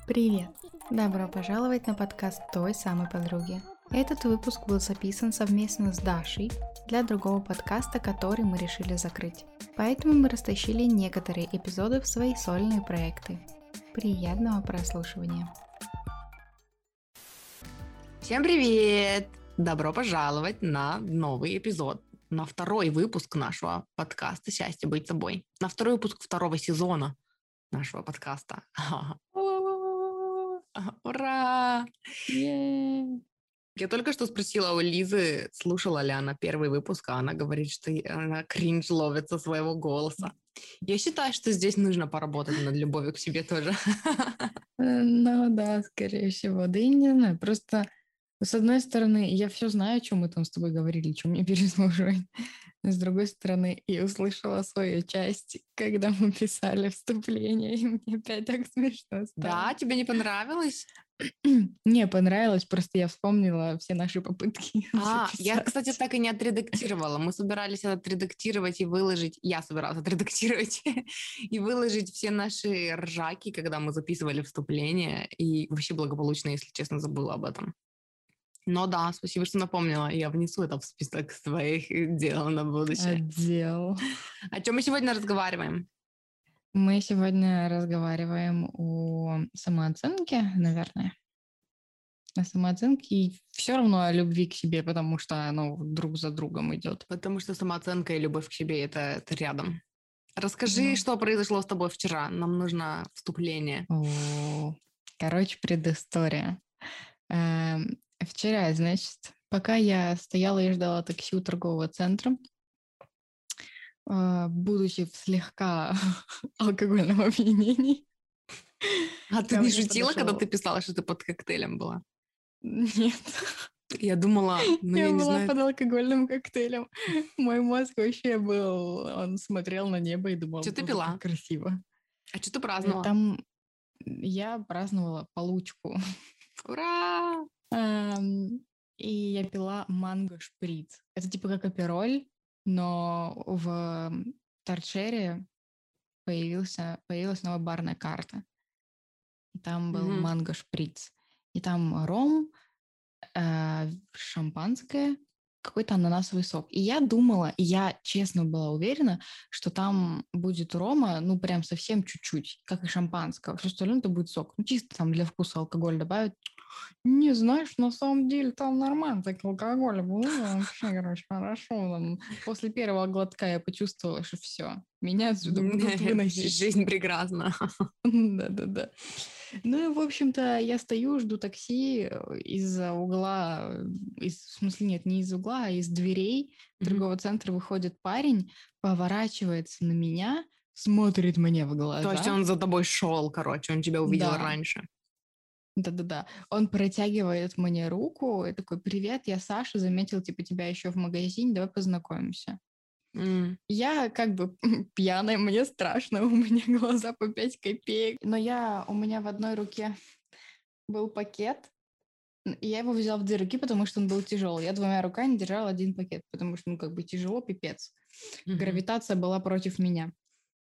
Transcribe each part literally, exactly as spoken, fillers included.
Привет! Добро пожаловать на подкаст той самой подруги. Этот выпуск был записан совместно с Дашей для другого подкаста, который мы решили закрыть. Поэтому мы растащили некоторые эпизоды в свои сольные проекты. Приятного прослушивания! Всем привет! Добро пожаловать на новый эпизод, на второй выпуск нашего подкаста «Счастье быть собой», на второй выпуск второго сезона нашего подкаста. Ура! Yeah. Я только что спросила у Лизы, слушала ли она первый выпуск, а она говорит, что она кринж ловит со своего голоса. Я считаю, что здесь нужно поработать над любовью к себе тоже. Ну да, скорее всего. Да и не знаю, просто с одной стороны, я все знаю, о чем мы там с тобой говорили, что мне переслушивать. С другой стороны, я услышала свою часть, когда мы писали вступление, и мне опять так смешно стало. Да, тебе не понравилось? Не, понравилось, просто я вспомнила все наши попытки А, я, записать. кстати, так и не отредактировала. Мы собирались это отредактировать и выложить. Я собиралась отредактировать и выложить все наши ржаки, когда мы записывали вступление. И вообще благополучно, если честно, забыла об этом. Но да, спасибо, что напомнила. Я внесу это в список своих дел на будущее. Отдел. О чем мы сегодня разговариваем? Мы сегодня разговариваем о самооценке, наверное. О самооценке и все равно о любви к себе, потому что оно друг за другом идет. Потому что самооценка и любовь к себе это, это рядом. Расскажи, Ну. что произошло с тобой вчера. Нам нужно вступление. О, короче, предыстория. Эм, Вчера, значит, пока я стояла и ждала такси у торгового центра, э, будучи в слегка алкогольном опьянении. А ты ко не мне шутила, когда подошел- ты писала, что ты под коктейлем была? Нет, Я думала, ну я, я не была знаю. под алкогольным коктейлем. Мой мозг вообще был, он смотрел на небо и думал, Что ты боже, пила? как красиво. А что ты Э, праздновала? Там я праздновала получку. Ура! Ам, И я пила манго-шприц. Это типа как апероль, но в торчере появился, появилась новая барная карта. И там был Мгм. манго-шприц. И там ром, э, шампанское, какой-то ананасовый сок. И я думала, и я честно была уверена, что там будет рома, ну, прям совсем чуть-чуть, как и шампанского. Все остальное это будет сок. Ну, чисто там для вкуса алкоголь добавить. Не, знаешь, на самом деле там нормально, так алкоголь был, ну, вообще, короче, хорошо. Там. После первого глотка я почувствовала, что все, меня отсюда будут выносить. Жизнь прекрасна. Да-да-да. Ну и, в общем-то, я стою, жду такси из-за угла, из, в смысле, нет, не из угла, а из дверей Мгм. торгового центра выходит парень, поворачивается на меня, смотрит мне в глаза. То есть он за тобой шел, короче, он тебя увидел Да. раньше. Да-да-да. Он протягивает мне руку и такой: «Привет, я Саша, заметил типа тебя еще в магазине, давай познакомимся». М. Я как бы пьяная, мне страшно, у меня глаза по пять копеек. Но я, у меня в одной руке был пакет, н- и я его взяла в две руки, потому что он был тяжелый. Я двумя руками держала один пакет, потому что, ну, как бы тяжело, пипец. Мгм. Гравитация была против меня.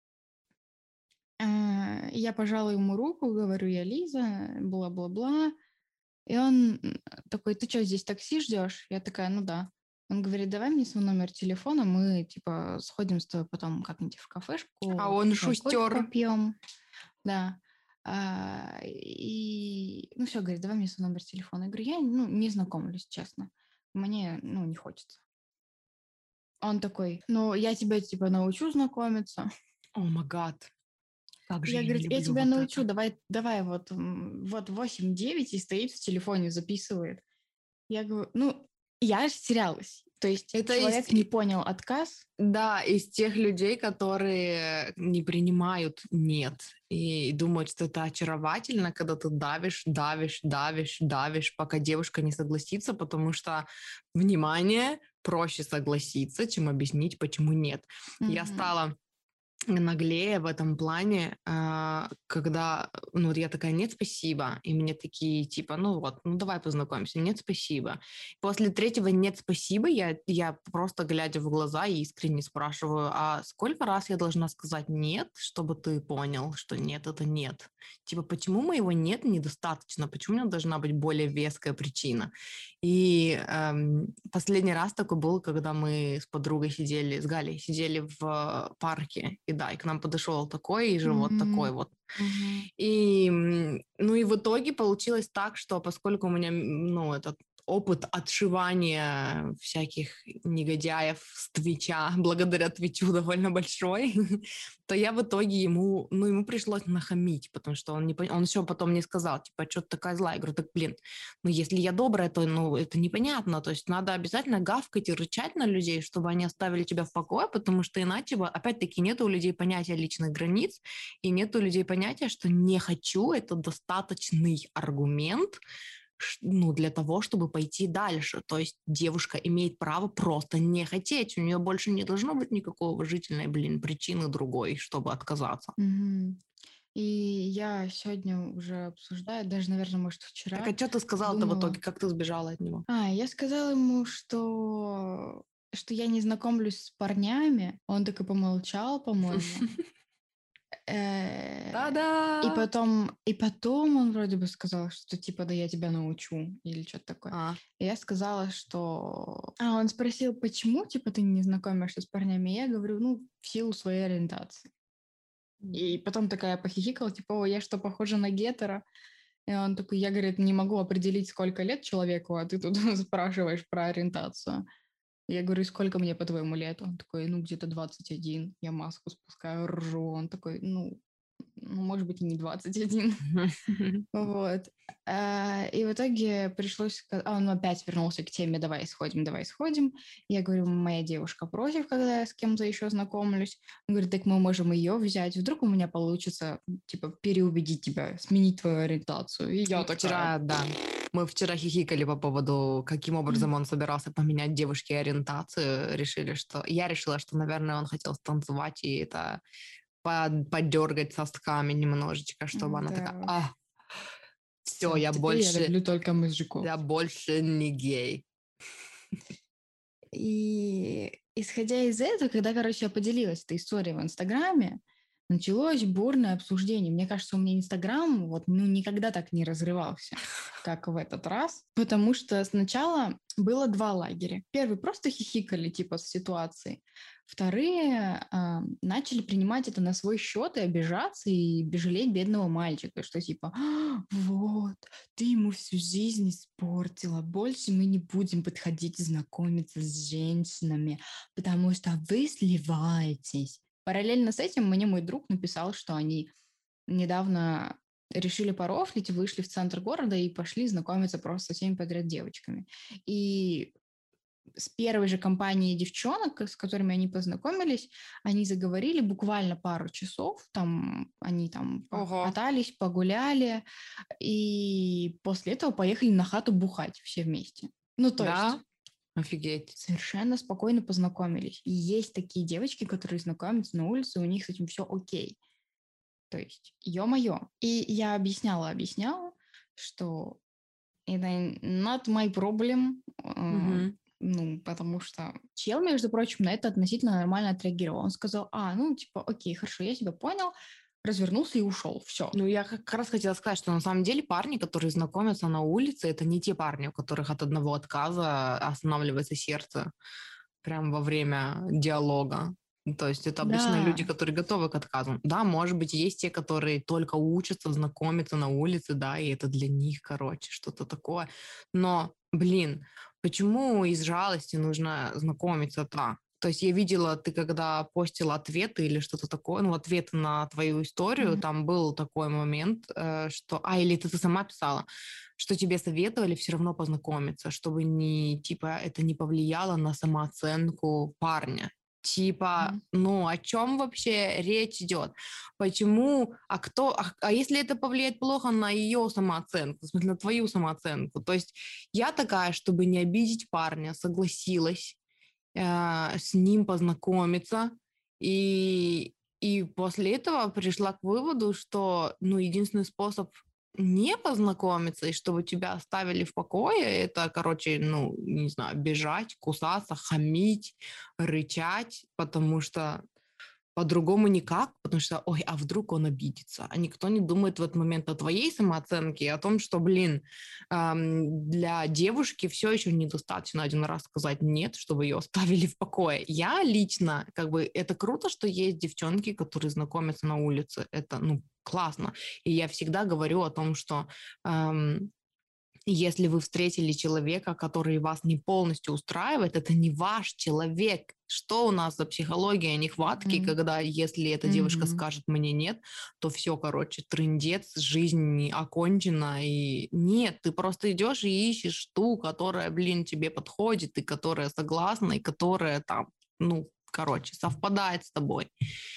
А, Я пожала ему руку, говорю: «Я Лиза, бла-бла-бла». И он м, такой: «Ты что, здесь такси ждешь?» Я такая: «Ну да». Он говорит: «Давай мне свой номер телефона, мы типа сходим с тобой потом как-нибудь в кафешку, А он чай, кофе шустер. попьем». Да. А, и, ну все, говорит: «Давай мне свой номер телефона». Я говорю: «Я, ну, не знакомлюсь, честно. Мне, ну, не хочется». Он такой: «Ну, я тебя, типа, научу знакомиться». О май гад. Как же Я, я не говорит: «Я люблю тебя вот научу, это. давай, давай, вот, м, вот восемь девять и стоит в телефоне, записывает». Я говорю, ну, я растерялась. То есть Это человек есть, не понял отказ. да, из тех людей, которые не принимают «нет» и думают, что это очаровательно, когда ты давишь, давишь, давишь, давишь, пока девушка не согласится, потому что, внимание, проще согласиться, чем объяснить, почему нет. Я Мгм. стала наглее в этом плане, а, когда, ну, вот я такая: "Нет, спасибо". И мне такие типа: "Ну вот, ну давай познакомимся". "Нет, спасибо". После третьего "нет, спасибо" я я просто, глядя в глаза, искренне спрашиваю: "А сколько раз я должна сказать "нет", чтобы ты понял, что нет- это нет? Типа, почему моего "нет" недостаточно? Почему у меня должна быть более веская причина?" И, эм, последний раз такой был, когда мы с подругой сидели, с Галей сидели в парке, и да, и к нам подошел такой, и же вот такой М, вот. мгм. И, м, ну и в итоге получилось так, что поскольку у меня, м, ну, этот опыт отшивания всяких негодяев с "Твича", благодаря "Твичу" довольно большой, то я в итоге ему, ну, ему пришлось нахамить, потому что он не поня он еще потом мне сказал, типа: "Чё ты такая злая?" Я говорю: "Так, блин, ну, если я добрая, то, ну, это непонятно. То есть надо обязательно гавкать и рычать на людей, чтобы они оставили тебя в покое, потому что иначе, вот, опять-таки, нет у людей понятия личных границ, и нет у людей понятия, что "не хочу"- это достаточный аргумент, ш ну, для того, чтобы пойти дальше. То есть девушка имеет право просто не хотеть. У нее больше не должно быть никакой уважительной, блин, причины другой, чтобы отказаться. Мгм. И я сегодня уже обсуждаю, даже, наверное, может, Так, вчера а чё ты сказала-то в итоге? думала. Как ты сбежала от него? А, я сказала ему, что что я не знакомлюсь с парнями. Он так и помолчал, по-моему. Э, и Та-да! потом и потом он вроде бы сказал, что типа: "Да я тебя научу" или что то такое. А. И я сказала, что а, он спросил: "Почему, типа, ты не знакомишься с парнями?" И я говорю: "Ну, в силу своей ориентации". И потом такая похихикала, типа: "О, я что, похожа на гетеро?" И он такой: "Я, говорит, не могу определить, сколько лет человеку, а ты тут спрашиваешь про ориентацию". Я говорю: "Сколько мне, по-твоему, лет?" Он такой: "Ну, где-то двадцать один". Я маску спускаю, ржу. Он такой: "Ну, ну, может быть, и не двадцать один". Вот. А, и в итоге пришлось ска а, он опять вернулся к теме: "Давай сходим, давай сходим". Я говорю: "Моя девушка против, когда я с кем-то еще знакомлюсь". Он говорит: "Так мы можем ее взять. Вдруг у меня получится, типа, переубедить тебя, сменить твою ориентацию". И я Мы такая: вчера, да, мы вчера хихикали по поводу, каким образом он собирался поменять девушке ориентацию. Решили, что я решила, что, наверное, он хотел станцевать и это под поддергать сосками немножечко, чтобы она такая: "Да "А, уж, всё, всё, я теперь я больше люблю только мужиков". я больше не гей". И исходя из этого, когда, короче, я поделилась этой историей в "Инстаграме", началось бурное обсуждение. Мне кажется, у меня "Инстаграм" вот, ну, никогда так не разрывался, как в этот раз. Потому что сначала было два лагеря. Первый просто хихикали, типа, с ситуации. Вторые, а, начали принимать это на свой счет и обижаться, и б жалеть бедного мальчика, что типа: "А, вот, ты ему всю жизнь испортила. Больше мы не будем подходить знакомиться с женщинами, потому что вы сливаетесь". Параллельно с этим мне мой друг написал, что они недавно решили порофлить, вышли в центр города и пошли знакомиться просто со всеми подряд девочками. И с первой же компанией девчонок, с которыми они познакомились, они заговорили буквально пару часов. Там они там Ого. покатались, погуляли, и после этого поехали на хату бухать все вместе. Ну, то есть Да? Офигеть. совершенно спокойно познакомились. И есть такие девочки, которые знакомятся на улице, у них с этим все окей. То есть, ё-моё. И я объясняла, объясняла, что это not my problem. э, Мгм. Ну, потому что чел, между прочим, на это относительно нормально отреагировал. Он сказал: "А, ну, типа, окей, хорошо, я тебя понял", развернулся и ушел. Все. Ну, я как раз хотела сказать, что на самом деле парни, которые знакомятся на улице, это не те парни, у которых от одного отказа останавливается сердце прям во время диалога. Ну, то есть это обычно люди, Да. которые готовы к отказу. Да, может быть, есть те, которые только учатся знакомиться на улице, да, и это для них, короче, что-то такое. Но, блин, почему из жалости нужно знакомиться так? То есть я видела, ты когда постила ответы или что-то такое, ну, ответы на твою историю, Мгм. там был такой момент, э, что... А, или ты, ты сама писала, что тебе советовали все равно познакомиться, чтобы не, типа, это не повлияло на самооценку парня. Типа, Мгм. ну, о чем вообще речь идет? Почему? А кто? А, а если это повлияет плохо на ее самооценку, в смысле, на твою самооценку? То есть я такая, чтобы не обидеть парня, согласилась э, с ним познакомиться. И И после этого пришла к выводу, что, ну, единственный способ не познакомиться, и чтобы тебя оставили в покое, это, короче, ну, не знаю, бежать, кусаться, хамить, рычать, потому что по-другому никак, потому что, ой, а вдруг он обидится? А никто не думает в этот момент о твоей самооценке и о том, что, блин, ам, для девушки все еще недостаточно один раз сказать нет, чтобы ее оставили в покое. Я лично, как бы, это круто, что есть девчонки, которые знакомятся на улице. Это, ну, классно. И я всегда говорю о том, что ам, если вы встретили человека, который вас не полностью устраивает, это не ваш человек. Что у нас за психология нехватки, Мгм. когда если эта девушка Мгм. скажет мне нет, то все, короче, трындец, жизнь окончена. И нет, ты просто идешь и ищешь ту, которая, блин, тебе подходит, и которая согласна, и которая там, ну, короче, совпадает с тобой.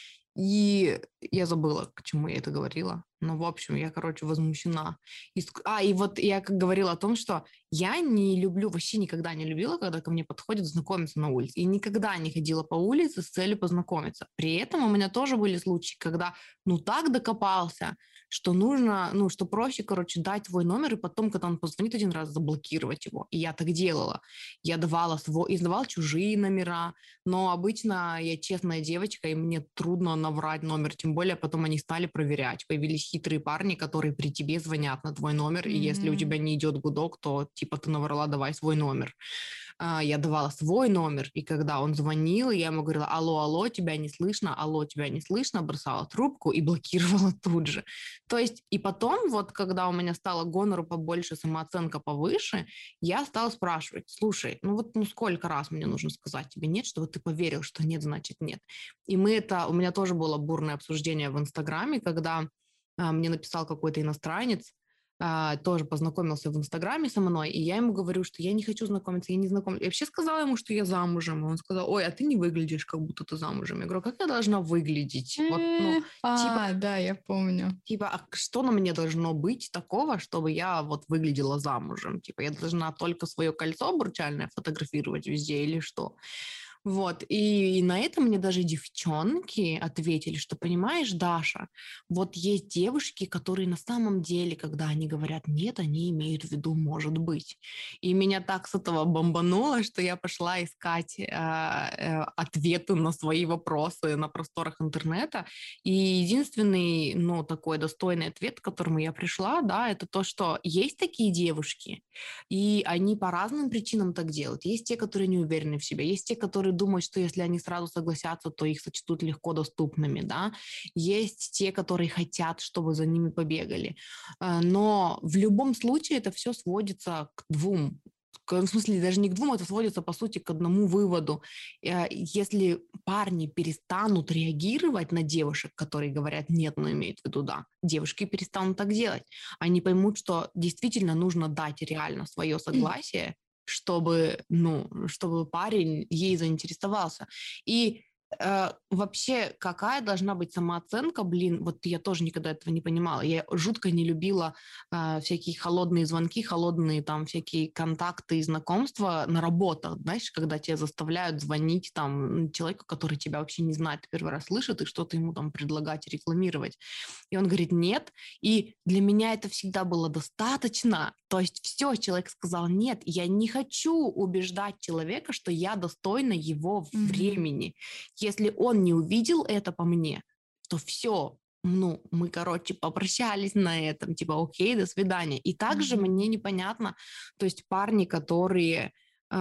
И я забыла, к чему я это говорила. Ну, в общем, я, короче, возмущена. И ск- А, и вот я как говорила о том, что я не люблю, вообще никогда не любила, когда ко мне подходят знакомиться на улице. И никогда не ходила по улице с целью познакомиться. При этом у меня тоже были случаи, когда, ну, так докопался, что нужно, ну, что проще, короче, дать свой номер, и потом, когда он позвонит один раз, заблокировать его. И я так делала. Я давала свой, издавала чужие номера, но обычно я честная девочка, и мне трудно наврать номер, тем более потом они стали проверять. Появились хитрые парни, которые при тебе звонят на твой номер, и если у Мгм. тебя не идет гудок, то типа ты наврала, давай свой номер. А, я давала свой номер, и когда он звонил, я ему говорила: алло, алло, тебя не слышно, алло, тебя не слышно, бросала трубку и блокировала тут же. То есть и потом, вот когда у меня стало гонору побольше, самооценка повыше, я стала спрашивать: слушай, ну вот ну сколько раз мне нужно сказать тебе нет, чтобы ты поверил, что нет, значит нет. И мы это, у меня тоже было бурное обсуждение в Инстаграме, когда а, мне написал какой-то иностранец, а, тоже познакомился в Инстаграме со мной, и я ему говорю, что я не хочу знакомиться, я не знакомлюсь. Я вообще сказала ему, что я замужем, и он сказал: ой, а ты не выглядишь, как будто ты замужем. Я говорю: как я должна выглядеть? Вот, ну, Э, типа, А, да, я помню. Типа, а что на мне должно быть такого, чтобы я вот выглядела замужем? Типа, я должна только свое кольцо обручальное фотографировать везде или что? Вот, и, и на это мне даже девчонки ответили, что, понимаешь, Даша, вот есть девушки, которые на самом деле, когда они говорят нет, они имеют в виду может быть. И меня так с этого бомбануло, что я пошла искать э, э, ответы на свои вопросы на просторах интернета. И единственный, ну, такой достойный ответ, к которому я пришла, да, это то, что есть такие девушки, и они по разным причинам так делают. Есть те, которые не уверены в себе, есть те, которые думают, что если они сразу согласятся, то их сочтут легко доступными, да. Есть те, которые хотят, чтобы за ними побегали. А, Но в любом случае это все сводится к двум. К- В смысле, даже не к двум, это сводится, по сути, к одному выводу. Э, Если парни перестанут реагировать на девушек, которые говорят нет, но имеют в виду да, девушки перестанут так делать. Они поймут, что действительно нужно дать реально свое согласие, чтобы, ну, чтобы парень ей заинтересовался. И э, вообще, какая должна быть самооценка, блин, вот я тоже никогда этого не понимала. Я жутко не любила э, всякие холодные звонки, холодные там всякие контакты и знакомства на работах, знаешь, когда тебя заставляют звонить там человеку, который тебя вообще не знает, первый раз слышит, и что-то ему там предлагать, рекламировать. И он говорит нет, и для меня это всегда было достаточно. То есть все, человек сказал нет, я не хочу убеждать человека, что я достойна его Мгм. времени. Если он не увидел это по мне, то все, ну, мы, короче, попрощались на этом, типа, окей, до свидания. И также Мгм. мне непонятно, то есть парни, которые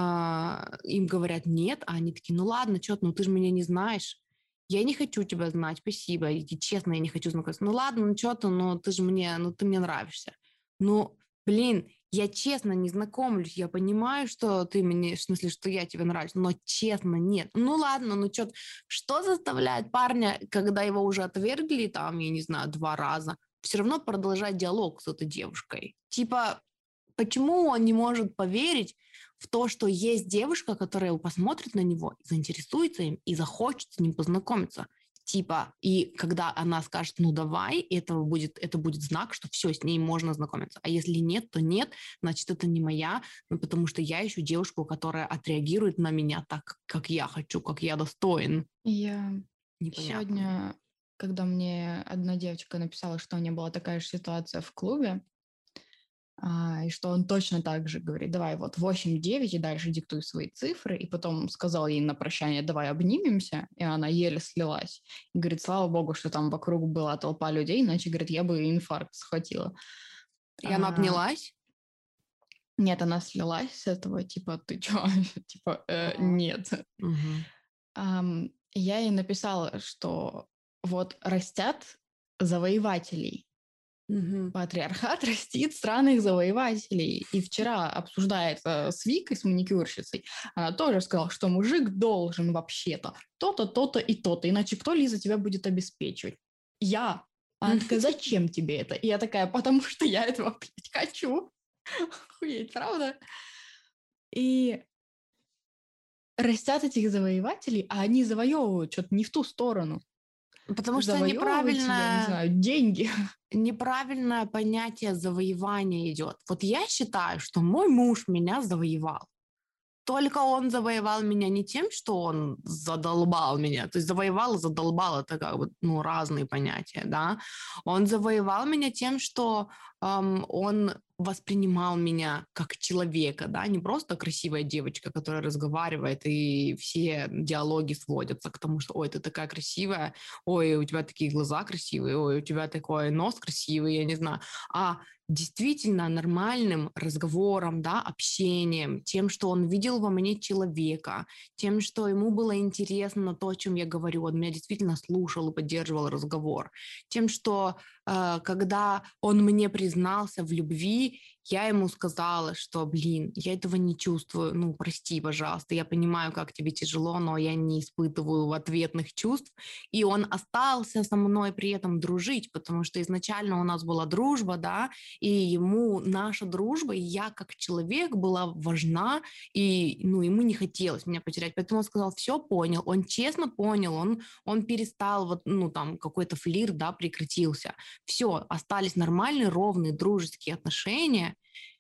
а, им говорят нет, а они такие: ну ладно, что, ну ты же меня не знаешь, я не хочу тебя знать, спасибо, и честно, я не хочу знакомиться. Ну ладно, ну что ты, ну ты же мне, ну ты мне нравишься. Ну, блин, я честно не знакомлюсь, я понимаю, что ты мне, в смысле, что я тебе нравлюсь, но честно нет. Ну ладно, ну что, что заставляет парня, когда его уже отвергли, там, я не знаю, два раза, все равно продолжать диалог с этой девушкой? Типа, почему он не может поверить в то, что есть девушка, которая посмотрит на него, заинтересуется им и захочет с ним познакомиться? Типа, и когда она скажет, ну давай, это будет, это будет знак, что все, с ней можно знакомиться. А если нет, то нет, значит, это не моя, ну, потому что я ищу девушку, которая отреагирует на меня так, как я хочу, как я достоин. Я Непонятно. сегодня когда мне одна девочка написала, что у нее была такая же ситуация в клубе, а, и что он точно так же говорит: давай вот восемь девять и дальше диктуй свои цифры, и потом сказал ей на прощание: давай обнимемся, и она еле слилась. И говорит: слава богу, что там вокруг была толпа людей, иначе, говорит, я бы инфаркт схватила. И она А, обнялась? нет, она слилась с этого, типа, ты чё? Типа, «Э, Ага. нет. Мгм. Ам, я ей написала, что вот растят завоевателей. Мгм. Патриархат растит странных завоевателей. И вчера, обсуждая это с Викой, с маникюрщицей, она тоже сказала, что мужик должен вообще-то то-то, то-то и то-то, иначе кто, Лиза, тебя будет обеспечивать? Я. А она такая: зачем тебе это? И я такая: потому что я этого, блядь, хочу. Охуеть, правда? И растят этих завоевателей, а они завоевывают что-то не в ту сторону. Потому что Завоевываете, я не неправильно знаю, деньги. неправильное понятие завоевания идет. Вот я считаю, что мой муж меня завоевал. Только он завоевал меня не тем, что он задолбал меня. То есть завоевал и задолбал — это как бы, ну, разные понятия, да. Он завоевал меня тем, что ам, он воспринимал меня как человека, да, не просто красивая девочка, которая разговаривает, и все диалоги сводятся к тому, что: ой, ты такая красивая, ой, у тебя такие глаза красивые, ой, у тебя такой нос красивый, я не знаю. А действительно нормальным разговором, да, общением, тем, что он видел во мне человека, тем, что ему было интересно то, о чем я говорю, он меня действительно слушал и поддерживал разговор, тем, что э, когда он мне признался в любви, я ему сказала, что, блин, я этого не чувствую, ну, прости, пожалуйста, я понимаю, как тебе тяжело, но я не испытываю ответных чувств, и он остался со мной при этом дружить, потому что изначально у нас была дружба, да, и ему наша дружба, и я как человек была важна, и, ну, ему не хотелось меня потерять, поэтому он сказал: все понял, он честно понял, он, он перестал, вот, ну, там, какой-то флирт, да, прекратился, все, остались нормальные, ровные, дружеские отношения,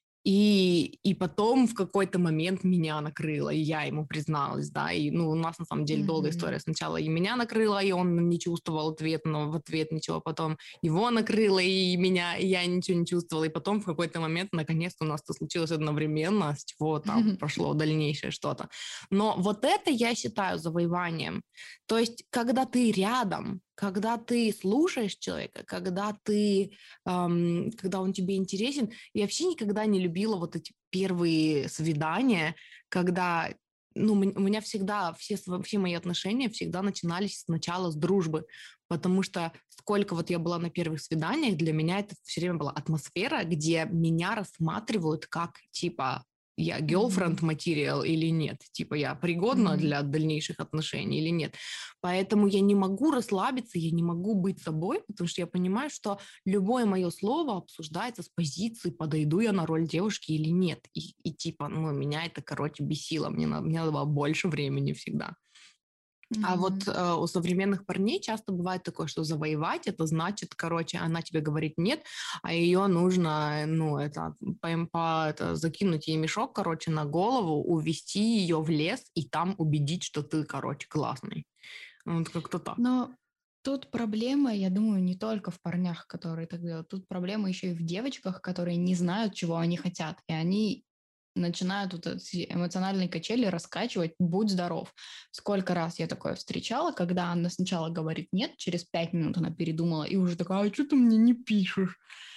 и, и потом в какой-то момент меня накрыло, и я ему призналась, да, и, ну, у нас на самом деле долгая Мгм. история. Сначала и меня накрыло, и он не чувствовал ответ, но в ответ ничего, потом его накрыло, и меня, и я ничего не чувствовала, и потом в какой-то момент наконец-то у нас это случилось одновременно, с чего там прошло дальнейшее что-то. Но вот это я считаю завоеванием. То есть, когда ты рядом, когда ты слушаешь человека, когда ты, эм, когда он тебе интересен. Я вообще никогда не любила вот эти первые свидания, когда, ну, м- у меня всегда все, св- все мои отношения всегда начинались сначала с дружбы, потому что сколько вот я была на первых свиданиях, для меня это все время была атмосфера, где меня рассматривают как, типа, я girlfriend Мгм. материал или нет, типа я пригодна Мгм. для дальнейших отношений или нет. Поэтому я не могу расслабиться, я не могу быть собой, потому что я понимаю, что любое мое слово обсуждается с позиции, подойду я на роль девушки или нет. И, и типа, ну, меня это, короче, бесило. Мне надо, мне надо было больше времени всегда. А вот Мгм. э, у современных парней часто бывает такое, что завоевать — это значит, короче, она тебе говорит нет, а ее нужно, ну, это, по, по- это, закинуть ей мешок, короче, на голову, увести ее в лес и там убедить, что ты, короче, классный. Вот как-то так. Но тут проблема, я думаю, не только в парнях, которые так делают. Тут проблема еще и в девочках, которые не знают, чего они хотят. И они начинают вот эти эмоциональные качели раскачивать, будь здоров. Сколько раз я такое встречала, когда она сначала говорит нет, через пять минут она передумала и уже такая: а что ты мне не пишешь?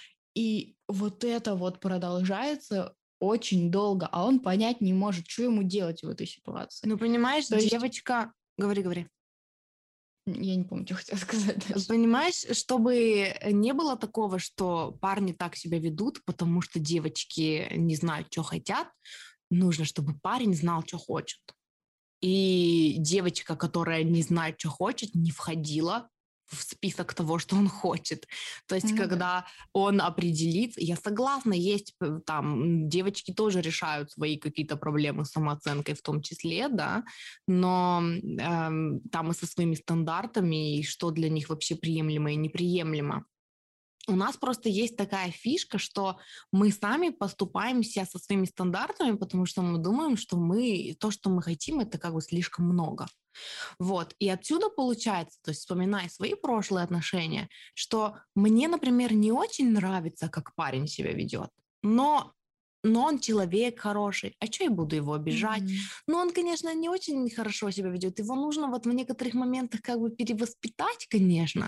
И вот это вот продолжается очень долго, а он понять не может, что ему делать в этой ситуации. Ну, понимаешь, То есть, девочка... Говори, говори. я не помню, что хотела сказать дальше. Понимаешь, чтобы не было такого, что парни так себя ведут, потому что девочки не знают, что хотят, нужно, чтобы парень знал, что хочет. И девочка, которая не знает, что хочет, не входила в список того, что он хочет. То есть, Ну да. когда он определится, я согласна, есть п- там м, девочки тоже решают свои какие-то проблемы с самооценкой в том числе, да, но эм, там и со своими стандартами, и что для них вообще приемлемо и неприемлемо. У нас просто есть такая фишка, что мы сами поступаемся со своими стандартами, потому что мы думаем, что мы то, что мы хотим, это как бы слишком много. Вот. И отсюда получается, то есть вспоминая свои прошлые отношения, что мне, например, не очень нравится, как парень себя ведет, но но он человек хороший, а что я буду его обижать? Мгм. Ну, он, конечно, не очень хорошо себя ведет, его нужно вот в некоторых моментах как бы перевоспитать, конечно,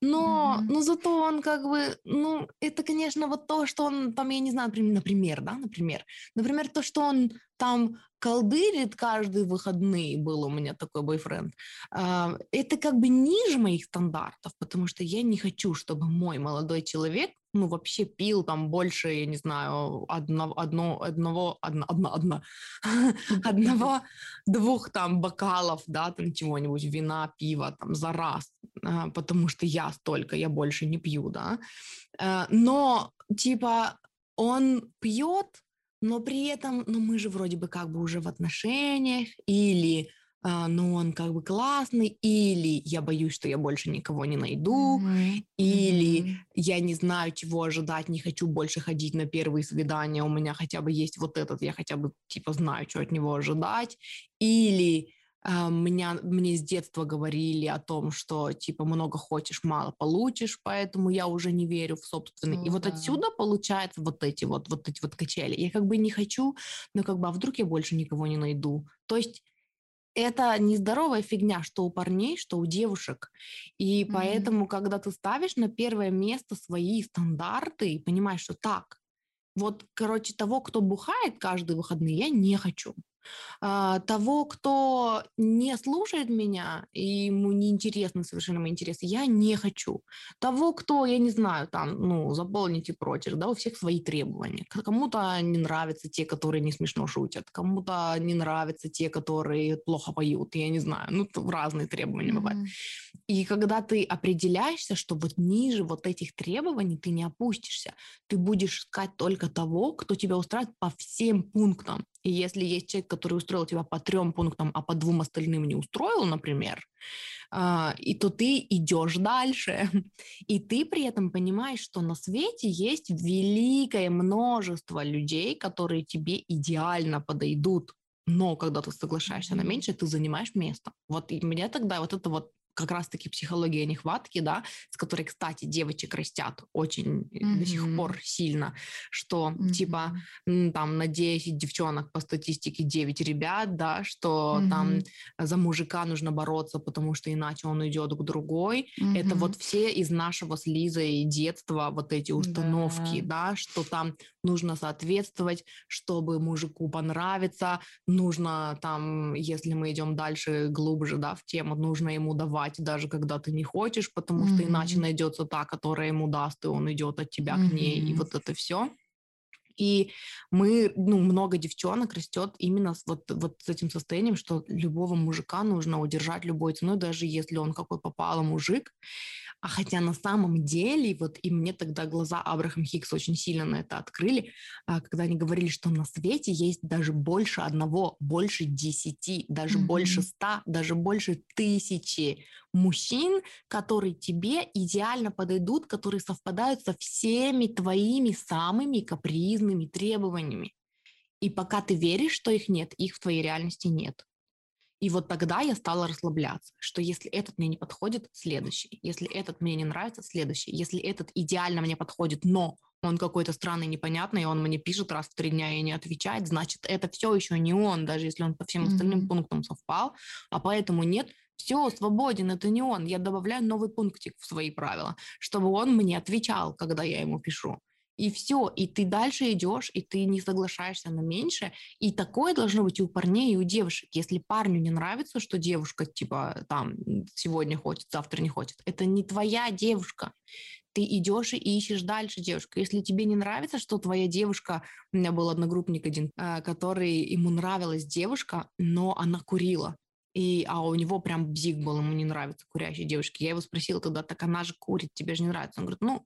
но, Мгм. но зато он как бы, ну, это, конечно, вот то, что он там, я не знаю, наприм- например, да, например, например, то, что он там колдырит каждые выходные, был у меня такой бойфренд, а, это как бы ниже моих стандартов, потому что я не хочу, чтобы мой молодой человек, ну, вообще пил там больше, я не знаю, одно, одно, одного, одно, одно, одно, одного, двух там бокалов, да, там чего-нибудь, вина, пива там за раз, а, потому что я столько, я больше не пью, да. Э, но, типа, он пьет, но при этом, ну, мы же вроде бы как бы уже в отношениях, или, а, ну, он как бы классный, или я боюсь, что я больше никого не найду, Мгм. или Мгм. я не знаю, чего ожидать, не хочу больше ходить на первые свидания, у меня хотя бы есть вот этот, я хотя бы, типа, знаю, что от него ожидать, или а, меня, мне с детства говорили о том, что типа много хочешь, мало получишь, поэтому я уже не верю в собственный. И О, вот да. отсюда получается вот эти вот, вот эти вот качели. Я как бы не хочу, но как бы, а вдруг я больше никого не найду? То есть это нездоровая фигня, что у парней, что у девушек. И Мгм. поэтому, когда ты ставишь на первое место свои стандарты и понимаешь, что так, вот, короче, того, кто бухает каждые выходные, я не хочу. А, того, кто не слушает меня, и ему неинтересны совершенно мои интересы, я не хочу. Того, кто, я не знаю, там, ну, заполнить и прочее, да, у всех свои требования. К- Кому-то не нравятся те, которые не смешно шутят, кому-то не нравятся те, которые плохо поют, я не знаю, ну, тут разные требования бывают. Мгм. И когда ты определяешься, что вот ниже вот этих требований ты не опустишься, ты будешь искать только того, кто тебя устраивает по всем пунктам. И если есть человек, который устроил тебя по трем пунктам, а по двум остальным не устроил, например, а, и то ты идешь дальше. И ты при этом понимаешь, что на свете есть великое множество людей, которые тебе идеально подойдут. Но когда ты соглашаешься на Мгм. меньшее, ты занимаешь место. Вот и мне тогда вот это вот как раз-таки психология нехватки, да, с которой, кстати, девочек растят очень э, до сих Мгм. пор сильно, что типа Мгм. м, там на десять девчонок по статистике девять ребят, да, что там Мгм. за мужика нужно бороться, потому что иначе он идет к другой. Это вот Мгм. все из нашего с Лизой детства вот эти установки, Да. да, что там нужно соответствовать, чтобы мужику понравиться, нужно там, если мы идем дальше, глубже, да, в тему, нужно ему давать, даже когда ты не хочешь, потому что иначе Мгм. найдется та, которая ему даст, и он идет от тебя к ней, и Мгм. вот это все. И мы, ну, много девчонок растет именно с вот, вот с этим состоянием, что любого мужика нужно удержать любой ценой, даже если он какой попало мужик. А хотя на самом деле, вот и мне тогда глаза Абрахам Хикс очень сильно на это открыли, а, когда они говорили, что на свете есть даже больше одного, больше десяти, даже больше Мгм. ста, даже больше тысячи мужчин, которые тебе идеально подойдут, которые совпадают со всеми твоими самыми капризными требованиями. И пока ты веришь, что их нет, их в твоей реальности нет. И вот тогда я стала расслабляться, что если этот мне не подходит, следующий. Если этот мне не нравится, следующий. Если этот идеально мне подходит, но он какой-то странный, непонятный, и он мне пишет раз в три дня и не отвечает, значит, это все еще не он, даже если он по всем остальным Мгм. пунктам совпал, а поэтому нет, все, свободен, это не он. Я добавляю новый пунктик в свои правила, чтобы он мне отвечал, когда я ему пишу. И все, и ты дальше идешь, и ты не соглашаешься на меньше, и такое должно быть и у парней, и у девушек. Если парню не нравится, что девушка, типа, там, сегодня хочет, завтра не хочет, это не твоя девушка. Ты идешь и ищешь дальше девушку. Если тебе не нравится, что твоя девушка... У меня был одногруппник один, а, который... Ему нравилась девушка, но она курила. И, а у него прям бзик был, ему не нравятся курящие девушки. Я его спросила тогда, так она же курит, тебе же не нравится. Он говорит, ну,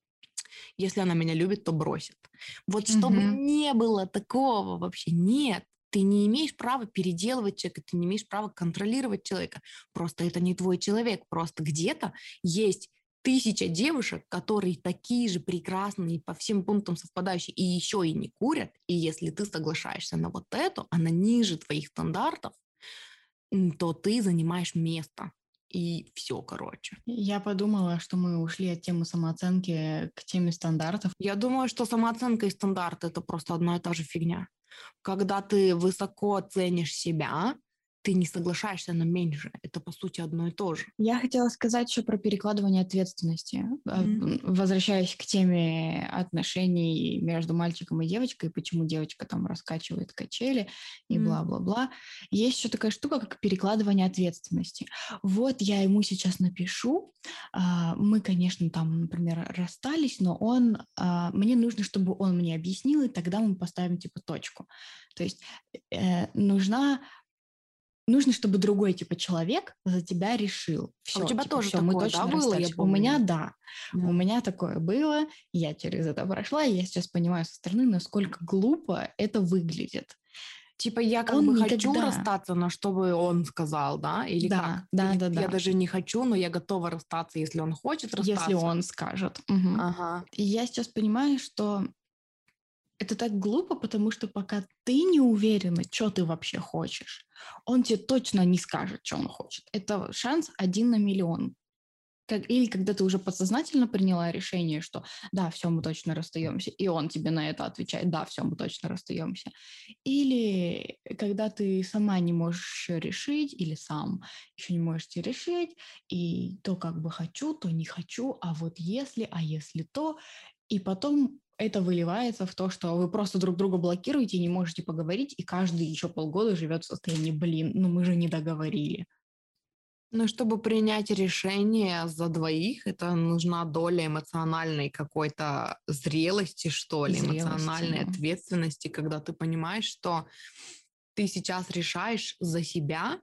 если она меня любит, то бросит. Вот чтобы Мгм. не было такого вообще, нет. Ты не имеешь права переделывать человека, ты не имеешь права контролировать человека. Просто это не твой человек. Просто где-то есть тысяча девушек, которые такие же прекрасные, по всем пунктам совпадающие, и еще и не курят. И если ты соглашаешься на вот эту, она ниже твоих стандартов, м, то ты занимаешь место. И все, короче. Я подумала, что мы ушли от темы самооценки к теме стандартов. Я думаю, что самооценка и стандарт — это просто одна и та же фигня. Когда ты высоко ценишь себя, ты не соглашаешься на меньше. Это, по сути, одно и то же. Я хотела сказать еще про перекладывание ответственности. А, Мгм. м, Возвращаясь к теме отношений между мальчиком и девочкой, почему девочка там раскачивает качели и М. бла-бла-бла. Есть еще такая штука, как перекладывание ответственности. Вот я ему сейчас напишу. а, Мы, конечно, там, например, расстались, но он, а, мне нужно, чтобы он мне объяснил, и тогда мы поставим типа точку. То есть э, нужна нужно, чтобы другой, типа, человек за тебя решил. А у Все, тебя типа, тоже все, мы такое, да, точно было, я расстались. У меня помню? да, у М. меня такое было, я через это прошла, и я сейчас понимаю со стороны, насколько глупо это выглядит. Типа я как бы Он хочу никогда, расстаться, но чтобы он сказал, да? Или как? да, да, Или да, я да, даже не хочу, но я готова расстаться, если он хочет если расстаться? он скажет. Мгм. Ага. И я сейчас понимаю, что это так глупо, потому что пока ты не уверена, что ты вообще хочешь, он тебе точно не скажет, что он хочет. Это шанс один на миллион. Как, или когда ты уже подсознательно приняла решение, что да, все, мы точно расстаемся, и он тебе на это отвечает, да, все, мы точно расстаемся. Или когда ты сама не можешь еще решить, или сам еще не можете решить, и то как бы хочу, то не хочу, а вот если, а если то, и потом это выливается в то, что вы просто друг друга блокируете и не можете поговорить, и каждый еще полгода живет в состоянии, блин, ну мы же не договорили. Ну, чтобы принять решение за двоих, это нужна доля эмоциональной какой-то зрелости, что ли, Зрелости, эмоциональной да. ответственности, когда ты понимаешь, что ты сейчас решаешь за себя.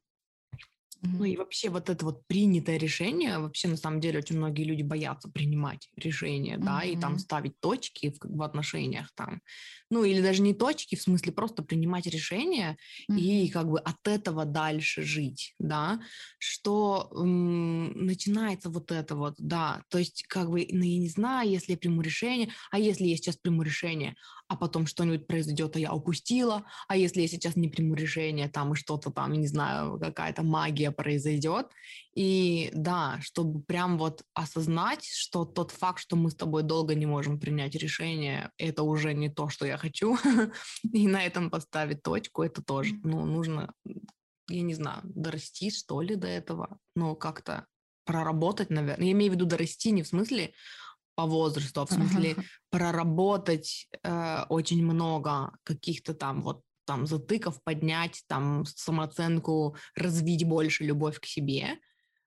Ну Мгм. и вообще вот это вот принятое решение, вообще на самом деле очень многие люди боятся принимать решения, да, и там Мгм. ставить точки в, в отношениях там. Ну или даже не точки, в смысле просто принимать решения и Мгм. как бы от этого дальше жить, да, что м, начинается вот это вот, да, то есть как бы, ну я не знаю, если я приму решение, а если я сейчас приму решение, а потом что-нибудь произойдет, а я упустила, а если я сейчас не приму решение, там и что-то там, не знаю, какая-то магия произойдет. И да, чтобы прям вот осознать, что тот факт, что мы с тобой долго не можем принять решение, это уже не то, что я хочу, и на этом поставить точку, это тоже, Мгм. ну, нужно, я не знаю, дорасти, что ли, до этого, ну, как-то проработать, наверное. Я имею в виду дорасти не в смысле по возрасту, а в смысле Ага. проработать э, очень много каких-то там вот там затыков, поднять там самооценку, развить больше любовь к себе,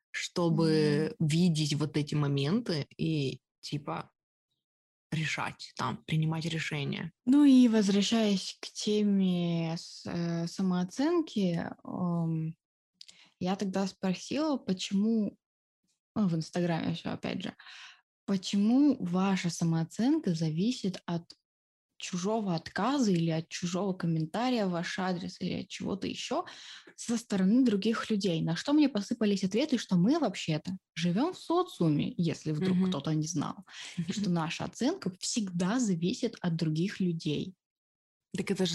Мгм. чтобы видеть вот эти моменты и типа решать там, принимать решения. Ну и возвращаясь к теме с- э, самооценки, ам, я тогда спросила, почему, ну, в Инстаграме все, опять же, почему ваша самооценка зависит от чужого отказа или от чужого комментария в ваш адрес или от чего-то еще со стороны других людей. На что мне посыпались ответы, что мы вообще-то живем в социуме, если вдруг Мгм. кто-то не знал, и что наша оценка всегда зависит от других людей. Так это же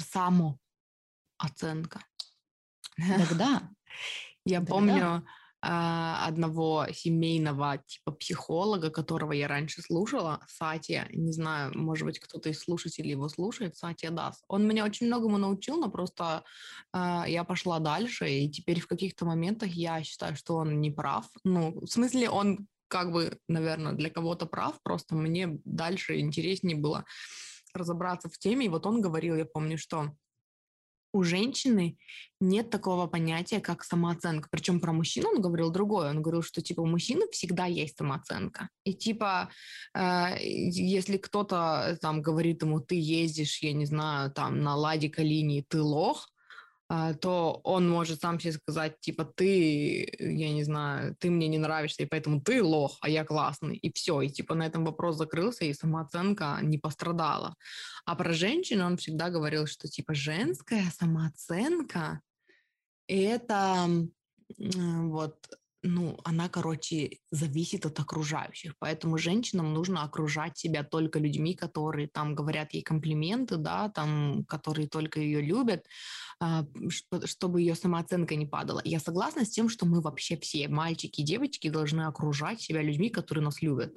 самооценка. Тогда, Я тогда, помню а, одного семейного типа психолога, которого я раньше слушала, Сатия, не знаю, может быть, кто-то из слушателей его слушает, Сатия Дас. Он меня очень многому научил, но просто а, я пошла дальше, и теперь в каких-то моментах я считаю, что он не прав. Ну, в смысле, он как бы, наверное, для кого-то прав, просто мне дальше интереснее было разобраться в теме. И вот он говорил, я помню, что у женщины нет такого понятия, как самооценка. Причем про мужчину он говорил другое. Он говорил, что типа у мужчины всегда есть самооценка. И типа, э, если кто-то э, там говорит ему, ты ездишь, я не знаю, там на Ладе Калине, ты лох, а, то он может сам себе сказать, типа, ты, я не знаю, ты мне не нравишься, и поэтому ты лох, а я классный, и все, и типа на этом вопрос закрылся, и самооценка не пострадала. А про женщин он всегда говорил, что типа женская самооценка — это м, вот ну, она, короче, зависит от окружающих. Поэтому женщинам нужно окружать себя только людьми, которые там говорят ей комплименты, да, там, которые только ее любят, а, шп- чтобы ее самооценка не падала. Я согласна с тем, что мы вообще все, мальчики и девочки, должны окружать себя людьми, которые нас любят.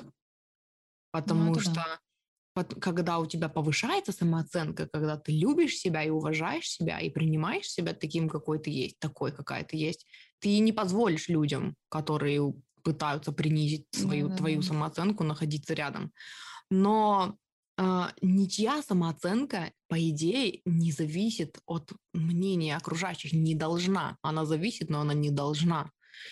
Ну, Потому это да. что пот- когда у тебя повышается самооценка, когда ты любишь себя и уважаешь себя и принимаешь себя таким, какой ты есть, такой, какая ты есть, ты не позволишь людям, которые пытаются принизить свою Да-да-да. твою самооценку, находиться рядом. Но а, ничья самооценка, по идее, не зависит от мнения окружающих, не должна. Она зависит, но она не должна.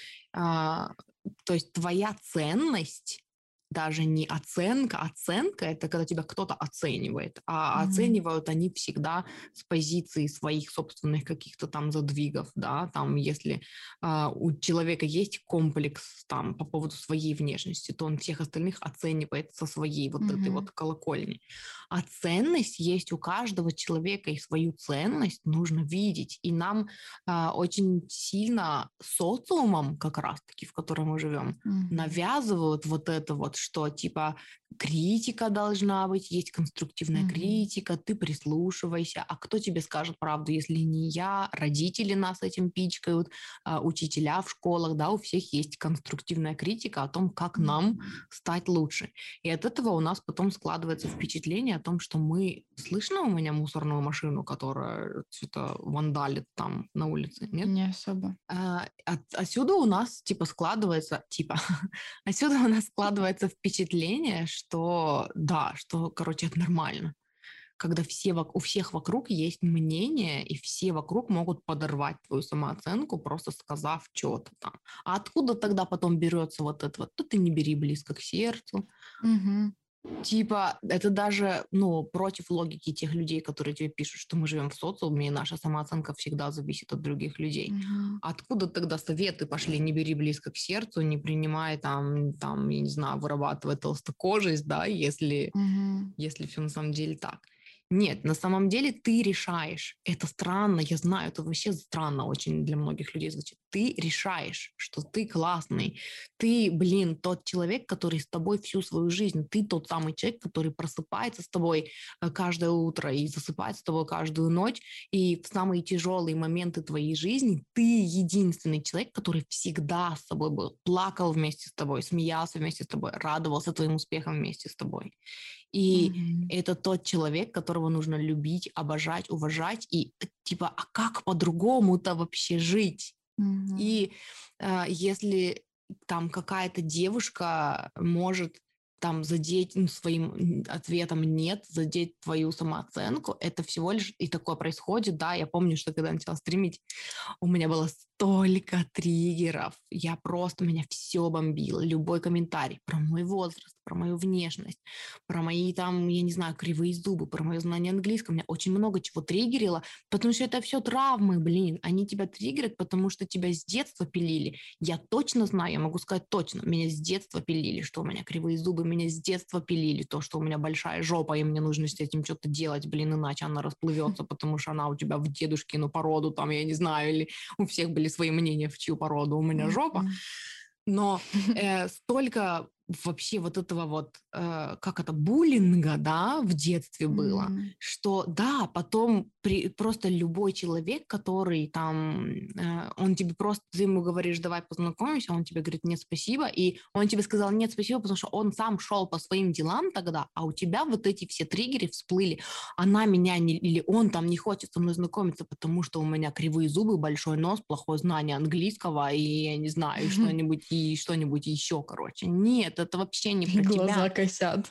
А, То есть твоя ценность даже не оценка. Оценка — это когда тебя кто-то оценивает, а Мгм. оценивают они всегда с позиции своих собственных каких-то там задвигов, да, там если а, у человека есть комплекс там по поводу своей внешности, то он всех остальных оценивает со своей вот этой Мгм. вот колокольни. А ценность есть у каждого человека, и свою ценность нужно видеть. И нам а, очень сильно социумом, как раз-таки, в котором мы живем, Мгм. навязывают вот это вот, что типа критика должна быть, есть конструктивная Мгм. критика, ты прислушивайся, а кто тебе скажет правду, если не я? Родители нас этим пичкают, а, учителя в школах, да, у всех есть конструктивная критика о том, как нам Мгм. стать лучше. И от этого у нас потом складывается впечатление о том, что мы... Слышно у меня мусорную машину, которая что-то вандалит там на улице, нет? Не особо. А, от- отсюда у нас типа складывается, типа, отсюда у нас складывается впечатление, что да, что, короче, это нормально. Когда все, вок- у всех вокруг есть мнение, и все вокруг могут подорвать твою самооценку, просто сказав что-то там. А откуда тогда потом берется вот это вот? То ты не бери близко к сердцу, Мгм. типа, это даже, ну, против логики тех людей, которые тебе пишут, что мы живем в социуме, и наша самооценка всегда зависит от других людей. Мгм. Откуда тогда советы пошли? Не бери близко к сердцу, не принимай там, там, я не знаю, вырабатывай толстокожесть, да, если Мгм. если все на самом деле так. Нет, на самом деле ты решаешь. Это странно, я знаю, это вообще странно очень для многих людей звучит. Ты решаешь, что ты классный. Ты, блин, тот человек, который с тобой всю свою жизнь. Ты тот самый человек, который просыпается с тобой э, каждое утро и засыпает с тобой каждую ночь. И в самые тяжелые моменты твоей жизни ты единственный человек, который всегда с тобой был. Плакал вместе с тобой, смеялся вместе с тобой, радовался твоим успехам вместе с тобой. И Мгм. это тот человек, которого нужно любить, обожать, уважать. И типа, а как по-другому-то вообще жить? Мгм. И а, если там какая-то девушка может там задеть ну, своим м, ответом нет, задеть твою самооценку, это всего лишь и такое происходит, да, я помню, что когда я начала стримить, у меня было столько триггеров. Я просто, меня все бомбило. Любой комментарий про мой возраст, про мою внешность, про мои там, я не знаю, кривые зубы, про мое знание английского. Меня очень много чего триггерило, потому что это все травмы, блин. Они тебя триггерят, потому что тебя с детства пилили. Я точно знаю, я могу сказать точно, меня с детства пилили, что у меня кривые зубы, меня с детства пилили, то, что у меня большая жопа, и мне нужно с этим что-то делать, блин, иначе она расплывется, потому что она у тебя в дедушкину породу, там, я не знаю, или у всех были свои мнения, в чью породу у меня жопа. Мгм. Но э, столько вообще вот этого вот, э, как это, буллинга, да, в детстве было, Мгм. что да, потом при, просто любой человек, который там, э, он тебе просто, ты ему говоришь, давай познакомимся, он тебе говорит, нет, спасибо, и он тебе сказал, нет, спасибо, потому что он сам шел по своим делам тогда, а у тебя вот эти все триггеры всплыли, она меня не, или он там не хочет со мной знакомиться, потому что у меня кривые зубы, большой нос, плохое знание английского, и я не знаю, и что-нибудь, и что-нибудь еще, короче. Нет, это вообще не И про глаза тебя. косят.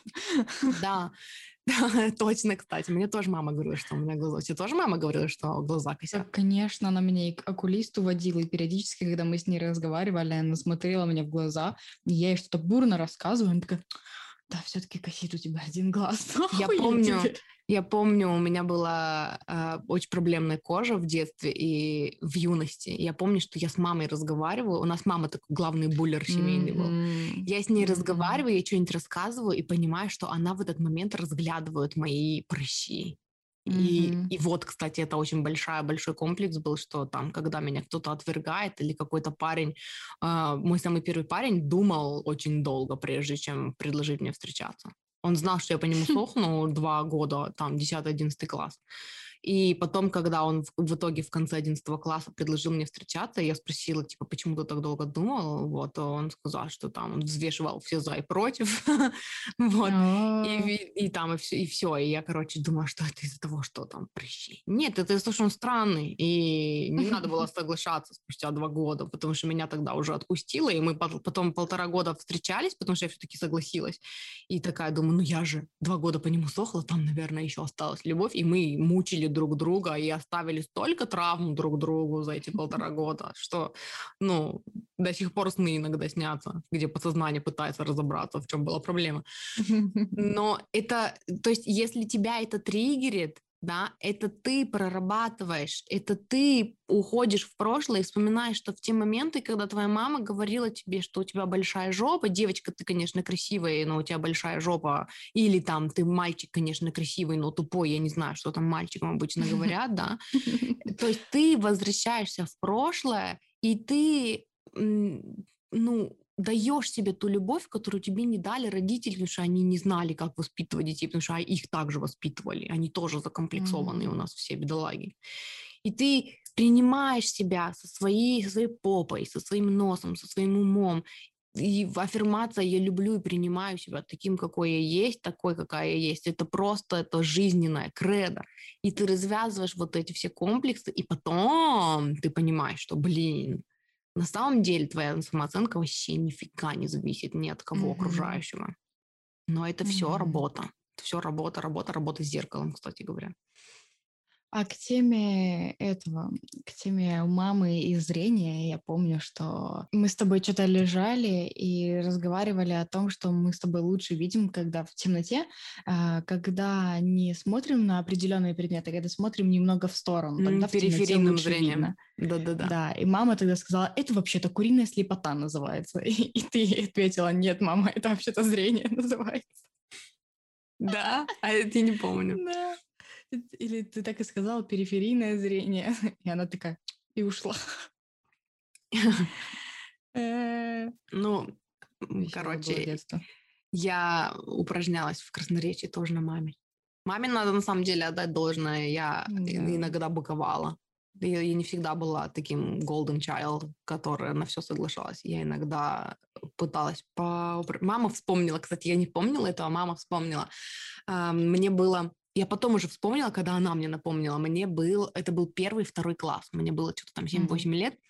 Да, да, точно, кстати. Мне тоже мама говорила, что у меня глаза. Тебе тоже мама говорила, что глаза косят? Так, конечно, она меня и к окулисту водила, и периодически, когда мы с ней разговаривали, она смотрела мне в глаза, и я ей что-то бурно рассказываю, она такая, да, все-таки косит у тебя один глаз, Я охуеть помню, теперь. я помню, у меня была э, очень проблемная кожа в детстве и в юности. Я помню, что я с мамой разговариваю. У нас мама такой главный буллер семейный был. Мгм. Я с ней Мгм. разговариваю, я что-нибудь рассказываю и понимаю, что она в этот момент разглядывает мои прыщи. И, Мгм. и вот, кстати, это очень большая, большой комплекс был, что там, когда меня кто-то отвергает или какой-то парень, а, мой самый первый парень думал очень долго, прежде чем предложить мне встречаться. Он знал, что я по нему сохну два года, там, десятый-одиннадцатый класс. И потом, когда он в, в итоге в конце одиннадцатого класса предложил мне встречаться, я спросила, типа, почему ты так долго думал? Вот, а он сказал, что там он взвешивал все за и против. Вот. И, А. ви- и там, и все, и все. И я, короче, думала, что это из-за того, что там прыщи. Нет, это из-за того, что он странный. И не надо было соглашаться спустя два года, потому что меня тогда уже отпустило, и мы пот- потом полтора года встречались, потому что я все-таки согласилась. И такая думаю, ну я же два года по нему сохла, там, наверное, еще осталась любовь, и мы мучили друг друга и оставили столько травм друг другу за эти полтора года, что, ну, до сих пор сны иногда снятся, где подсознание пытается разобраться, в чем была проблема. Но это, то есть, если тебя это триггерит, да, это ты прорабатываешь, это ты уходишь в прошлое и вспоминаешь, что в те моменты, когда твоя мама говорила тебе, что у тебя большая жопа, девочка, ты, конечно, красивая, но у тебя большая жопа, или там ты мальчик, конечно, красивый, но тупой, я не знаю, что там мальчикам обычно говорят, да. То есть ты возвращаешься в прошлое, и ты, м, ну, даешь себе ту любовь, которую тебе не дали родители, потому что они не знали, как воспитывать детей, потому что их также воспитывали. Они тоже закомплексованные у Мгм. нас все бедолаги. И ты принимаешь себя со своей, со своей попой, со своим носом, со своим умом. И в- аффирмация «я люблю и принимаю себя таким, какой я есть, такой, какая я есть». Это просто, это жизненная кредо. И ты развязываешь вот эти все комплексы, и потом ты понимаешь, что, блин, на самом деле твоя самооценка вообще нифига не зависит ни от кого Мгм. окружающего. Но это все Мгм. работа. Все работа, работа, работа с зеркалом, кстати говоря. А к теме этого, к теме мамы и зрения, я помню, что мы с тобой что-то лежали и разговаривали о том, что мы с тобой лучше видим, когда в темноте, а, когда не смотрим на определенные предметы, а когда смотрим немного в сторону, М, тогда в темноте Периферийным лучше зрением. видно. Да-да-да. Да, и мама тогда сказала, это вообще-то куриная слепота называется. И, и ты ей ответила, нет, мама, это вообще-то зрение называется. Да? А это я не помню. Да. Или ты так и сказала, периферийное зрение. И она такая и ушла. Э, Ну, м, Веселое было короче, детство. я упражнялась в красноречии тоже на маме. Маме надо на самом деле отдать должное. Я и- Да. иногда быковала. Я, я не всегда была таким golden child, которая на все соглашалась. Я иногда пыталась по... Мама вспомнила, кстати, я не помнила этого, мама вспомнила. А, Мне было... Я потом уже вспомнила, когда она мне напомнила. Мне был... Это был первый, второй класс. Мне было что-то там Мгм. семь-восемь лет.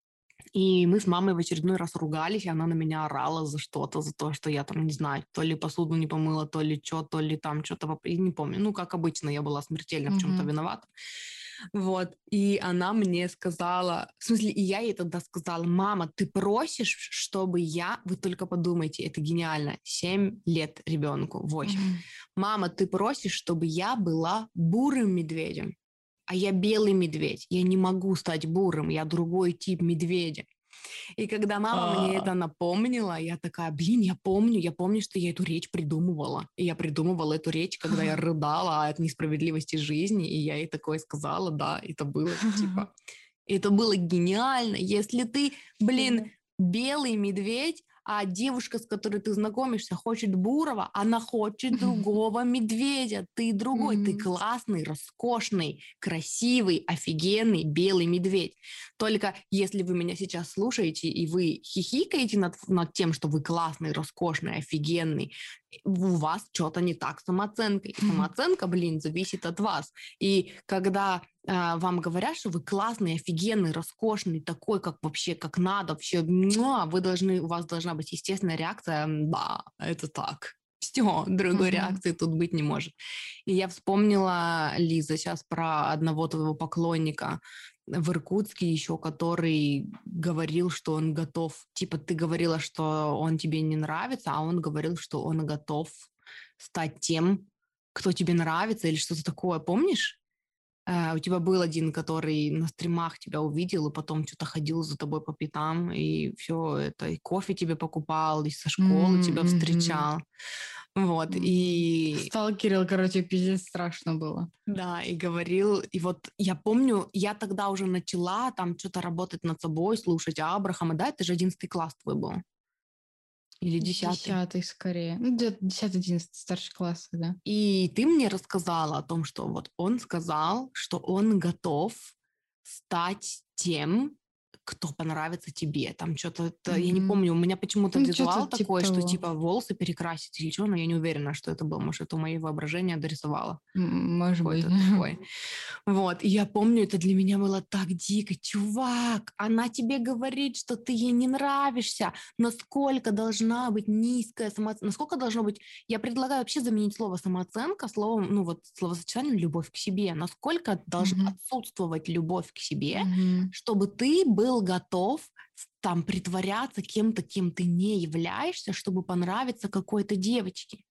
И мы с мамой в очередной раз ругались, и она на меня орала за что-то, за то, что я там, не знаю, то ли посуду не помыла, то ли что, то ли там что-то, воп- и не помню. Ну, как обычно, я была смертельно в чем-то Мгм. виновата. Вот. И она мне сказала, в смысле, и я ей тогда сказала, мама, ты просишь, чтобы я, вы только подумайте, это гениально, семь лет ребенку, восемь. Мгм. Мама, ты просишь, чтобы я была бурым медведем, а я белый медведь. Я не могу стать бурым, я другой тип медведя. И когда мама мне А. это напомнила, я такая, блин, я помню, я помню, что я эту речь придумывала. И я придумывала эту речь, когда я рыдала от несправедливости жизни, и я ей такое сказала, да, это было типа, это было гениально. Если ты, блин, Да. белый медведь, а девушка, с которой ты знакомишься, хочет бурого, она хочет другого медведя. Ты другой, ты Мгм. классный, роскошный, красивый, офигенный белый медведь. Только если вы меня сейчас слушаете, и вы хихикаете над, над тем, что вы классный, роскошный, офигенный, у вас что-то не так с самооценкой. Самооценка, блин, зависит от вас. И когда а, вам говорят, что вы классный, офигенный, роскошный, такой, как вообще, как надо, вообще, муа, вы должны, у вас должна быть естественная реакция, «М, да, это так». Все, другой Мгм. реакции тут быть не может. И я вспомнила, Лиза, сейчас про одного твоего поклонника в Иркутске еще, который говорил, что он готов, типа ты говорила, что он тебе не нравится, а он говорил, что он готов стать тем, кто тебе нравится или что-то такое, помнишь? Э, у тебя был один, который на стримах тебя увидел и потом что-то ходил за тобой по пятам, и все это, и кофе тебе покупал, и со школы М, тебя мгм. встречал. Вот, и... Сталкерил, короче, пиздец страшно было. Да, и говорил, и вот я помню, я тогда уже начала там что-то работать над собой, слушать Абрахама, да, это же одиннадцатый класс твой был, или десятый. Десятый скорее. Ну, где-то десятый, одиннадцатый, старший класс, да. И ты мне рассказала о том, что вот он сказал, что он готов стать тем, кто понравится тебе. Там что-то, я не Мгм. помню, у меня почему-то Ну, что-то визуал типа такой, что того. типа волосы перекрасить или что, но я не уверена, что это было. Может, это мое воображение дорисовало М, Может быть. какой-то такой. Вот, и я помню, это для меня было так дико. Чувак, она тебе говорит, что ты ей не нравишься. Насколько должна быть низкая самооценка? Насколько должно быть... Я предлагаю вообще заменить слово самооценка словом, ну вот, словосочетанием любовь к себе. Насколько должна Мгм. отсутствовать любовь к себе, Мгм. чтобы ты был готов там притворяться кем-то, кем ты не являешься, чтобы понравиться какой-то девочке.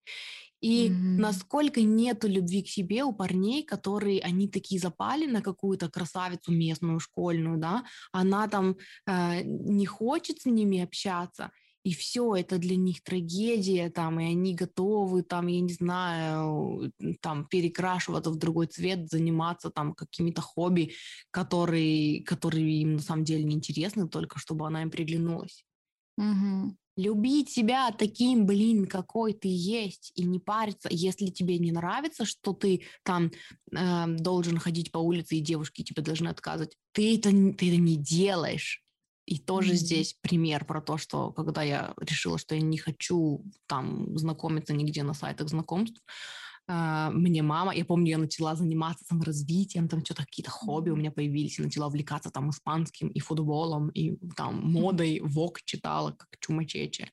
И Мгм. насколько нету любви к себе у парней, которые, они такие запали на какую-то красавицу местную, школьную, да, она там э, не хочет с ними общаться, и все, это для них трагедия, там, и они готовы, там, я не знаю, там, перекрашиваться в другой цвет, заниматься там какими-то хобби, которые, которые им на самом деле не интересны, только чтобы она им приглянулась. Мгм. Любить себя таким, блин, какой ты есть, и не париться, если тебе не нравится, что ты там э, должен ходить по улице, и девушки тебе должны отказывать. Ты это, н- ты это не делаешь. И тоже Мгм. здесь пример про то, что когда я решила, что я не хочу там знакомиться нигде на сайтах знакомств, а, мне мама, я помню, я начала заниматься саморазвитием, там что-то какие-то хобби у Мгм. меня появились, и начала увлекаться там испанским и футболом, и там модой, вок читала, как чумачече.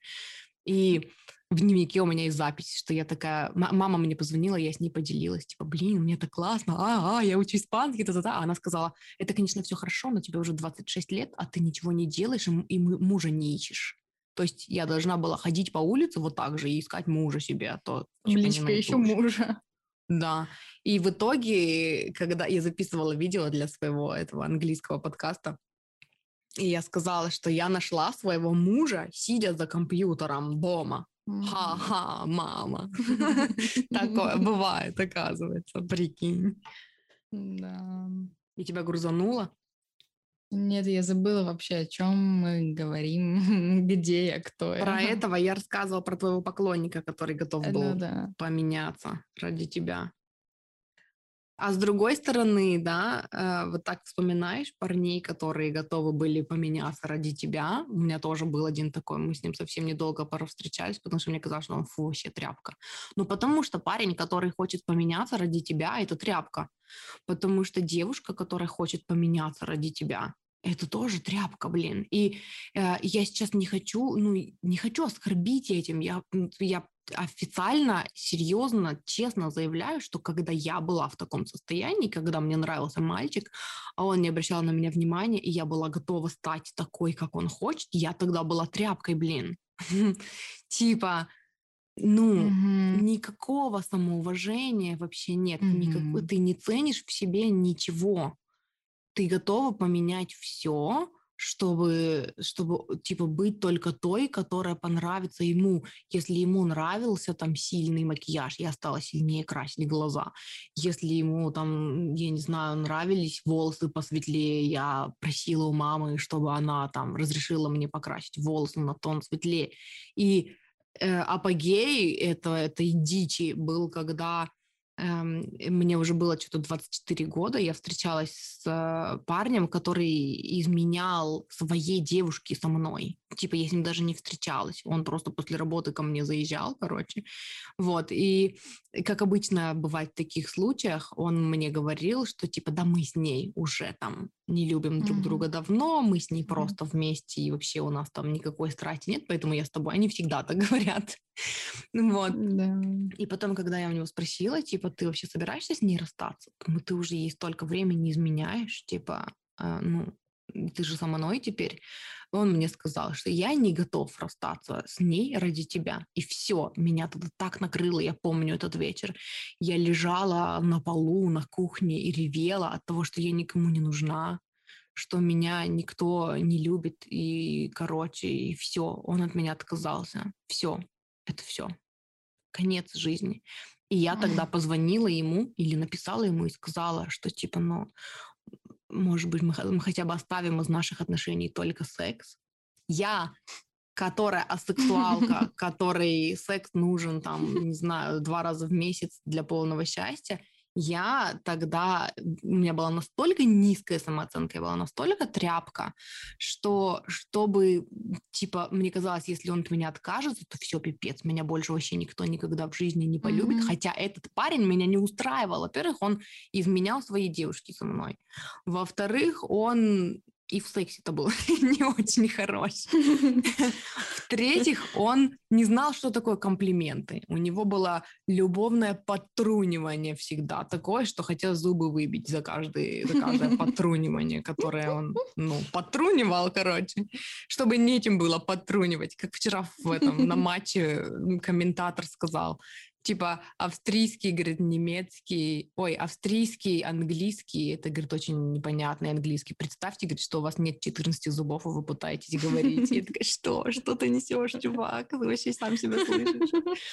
И в дневнике у меня есть запись, что я такая... м- Мама мне позвонила, я с ней поделилась, типа, блин, мне так классно, а, а, я учу испанский, та-та-та. А она сказала, это, конечно, все хорошо, но тебе уже двадцать шесть лет, а ты ничего не делаешь, и, м- и мы- мужа не ищешь. То есть я должна была ходить по улице вот так же и искать мужа себе, а то В типа не личке найду еще уже. мужа. Да. И в итоге, когда я записывала видео для своего этого английского подкаста, и я сказала, что я нашла своего мужа, сидя за компьютером дома. Мгм. Ха-ха, мама. Такое бывает, оказывается, прикинь. Да. И тебя грузануло? Нет, я забыла вообще, о чем мы говорим, где я, кто Про я. этого я рассказывала про твоего поклонника, который готов Ну был да. поменяться ради тебя. А с другой стороны, да, э, вот так вспоминаешь парней, которые готовы были поменяться ради тебя. У меня тоже был один такой, мы с ним совсем недолго пора встречались, потому что мне казалось, что он фу, вообще тряпка. Ну, потому что парень, который хочет поменяться ради тебя, это тряпка. Потому что девушка, которая хочет поменяться ради тебя, это тоже тряпка, блин. И э, я сейчас не хочу, ну, и не хочу оскорбить этим. Я, м, я официально, серьезно, честно заявляю, что когда я была в таком состоянии, когда мне нравился мальчик, а он не обращал на меня внимания, и я была готова стать такой, как он хочет, я тогда была тряпкой, блин. Типа, ну, Мгм. никакого самоуважения вообще нет. Никакой, Мгм. ты не ценишь в себе ничего. Ты готова поменять все, чтобы, чтобы, типа, быть только той, которая понравится ему. Если ему нравился там сильный макияж, я стала сильнее красить глаза. Если ему там, я не знаю, нравились волосы посветлее, я просила у мамы, чтобы она там разрешила мне покрасить волосы на тон светлее. И э, апогей это, этой дичи был, когда эм, мне уже было что-то двадцать четыре года, я встречалась с э, парнем, который изменял своей девушке со мной. Типа я с ним даже не встречалась, он просто после работы ко мне заезжал, короче. Вот, и как обычно бывает в таких случаях, он мне говорил, что типа да мы с ней уже там не любим друг Мгм. друга давно, мы с ней Мгм. просто вместе, и вообще у нас там никакой страсти нет, поэтому я с тобой. Они всегда так говорят. Вот. Да. И потом, когда я у него спросила, типа, ты вообще собираешься с ней расстаться? Ну, ты уже ей столько времени изменяешь, типа, а, ну, ты же со мной теперь. Он мне сказал, что я не готов расстаться с ней ради тебя. И все, меня тогда так накрыло, я помню этот вечер. Я лежала на полу, на кухне и ревела от того, что я никому не нужна, что меня никто не любит, и, короче, и все, он от меня отказался. Все, это все. конец жизни. И я тогда позвонила ему или написала ему и сказала, что типа, ну, может быть, мы, мы хотя бы оставим из наших отношений только секс. Я, которая асексуалка, которой секс нужен, там, не знаю, два раза в месяц для полного счастья, я тогда, у меня была настолько низкая самооценка, я была настолько тряпка, что чтобы, типа, мне казалось, если он от меня откажется, то все, пипец, меня больше вообще никто никогда в жизни не полюбит, Мгм. хотя этот парень меня не устраивал. Во-первых, он изменял своей девушке со мной. Во-вторых, он и в сексе-то был не очень хорош. В-третьих, он не знал, что такое комплименты. У него было любовное подтрунивание всегда такое, что хотел зубы выбить за, каждый, за каждое подтрунивание, которое он, ну, подтрунивал, короче, чтобы нечем было подтрунивать. Как вчера в этом, на матче комментатор сказал, типа австрийский, говорит, немецкий, ой, австрийский, английский, это, говорит, очень непонятный английский. Представьте, говорит, что у вас нет четырнадцати зубов, и вы пытаетесь говорить. Я такая, что? Что ты несешь, чувак? Ты вообще сам себя слышишь?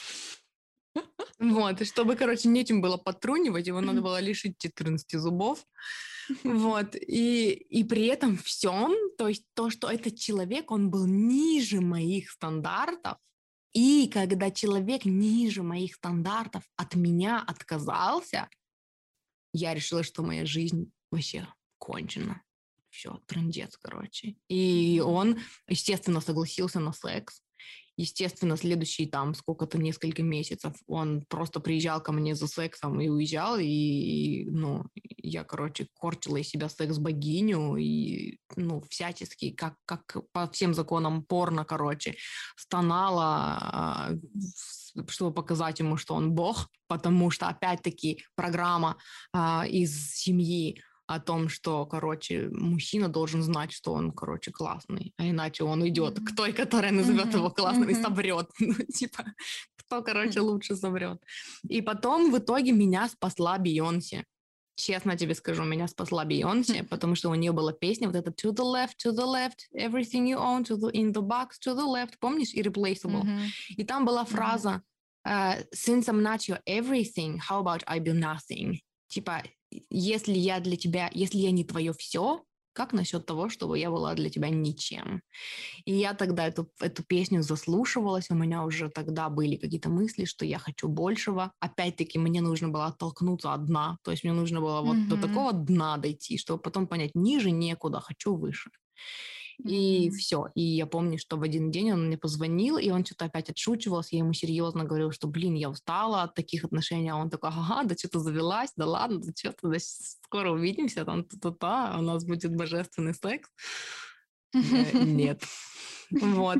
Вот, и чтобы, короче, нечем было подтрунивать, его надо было лишить четырнадцати зубов. Вот, и, и при этом всем, то есть то, что этот человек, он был ниже моих стандартов, и когда человек ниже моих стандартов от меня отказался, я решила, что моя жизнь вообще кончена. Все, трындец, короче. И он, естественно, согласился на секс. Естественно, следующие там сколько-то, несколько месяцев он просто приезжал ко мне за сексом и уезжал, и, и, ну, я, короче, корчила из себя секс-богиню, и, ну, всячески, как, как по всем законам порно, короче, стонала, а, чтобы показать ему, что он бог, потому что, опять-таки, программа а, из семьи о том, что, короче, мужчина должен знать, что он, короче, классный, а иначе он уйдет Мгм. к той, которая назовет Мгм. его классным и Мгм. собрет. Ну, типа, кто, короче, лучше собрет. И потом в итоге меня спасла Бейонсе. Честно тебе скажу, меня спасла Бейонсе, потому что у нее была песня вот эта "To the left, to the left, everything you own to the, in the box, to the left", помнишь? Irreplaceable. Мгм. И там была Мгм. фраза э, "Since I'm not your everything, how about I be nothing?" Типа, если я для тебя, если я не твое все, как насчет того, чтобы я была для тебя ничем? И я тогда эту, эту песню заслушивалась, у меня уже тогда были какие-то мысли, что я хочу большего. Опять-таки, мне нужно было оттолкнуться от дна, то есть мне нужно было вот до Мгм. такого дна дойти, чтобы потом понять, ниже некуда, хочу выше. И М. все. И я помню, что в один день он мне позвонил, и он что-то опять отшучивался. Я ему серьезно говорила, что, блин, я устала от таких отношений. А он такой, ага, да что-то завелась, да ладно, да что-то, да скоро увидимся, там, та-та-та, у нас будет божественный секс. Э, Нет. Вот.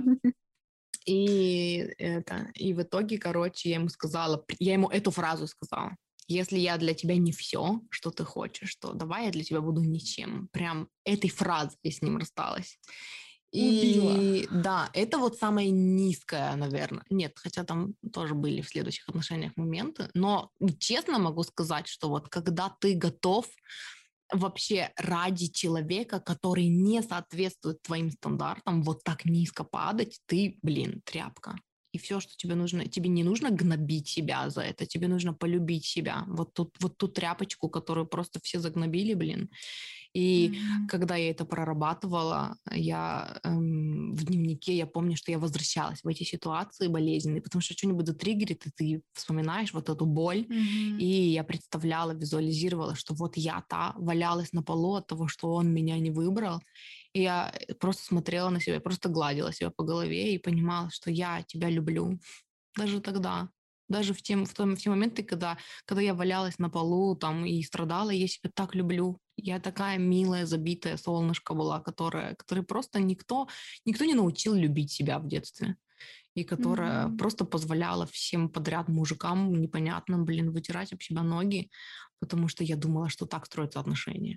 И это, и в итоге, короче, я ему сказала, я ему эту фразу сказала. Если я для тебя не все, что ты хочешь, то давай я для тебя буду ничем. Прям этой фразой я с ним рассталась. Убила. И да, это вот самое низкое, наверное. Нет, хотя там тоже были в следующих отношениях моменты. Но честно могу сказать, что вот когда ты готов вообще ради человека, который не соответствует твоим стандартам, вот так низко падать, ты, блин, тряпка. И все, что тебе нужно, тебе не нужно гнобить себя за это, тебе нужно полюбить себя. Вот тут, вот ту тряпочку, которую просто все загнобили, блин. И Мгм. когда я это прорабатывала, я эм, в дневнике, я помню, что я возвращалась в эти ситуации болезненные, потому что что-нибудь затриггерит, и ты вспоминаешь вот эту боль. И Мгм. я представляла, визуализировала, что вот я та валялась на полу от того, что он меня не выбрал. И я просто смотрела на себя, просто гладила себя по голове и понимала, что я тебя люблю. Даже тогда. Даже в, тем, в, том, в те моменты, когда, когда я валялась на полу там и страдала, я себя так люблю. Я такая милая, забитая солнышко была, которая, которой просто никто, никто не научил любить себя в детстве. И которая Мгм. просто позволяла всем подряд мужикам непонятным, блин, вытирать об себя ноги, потому что я думала, что так строятся отношения.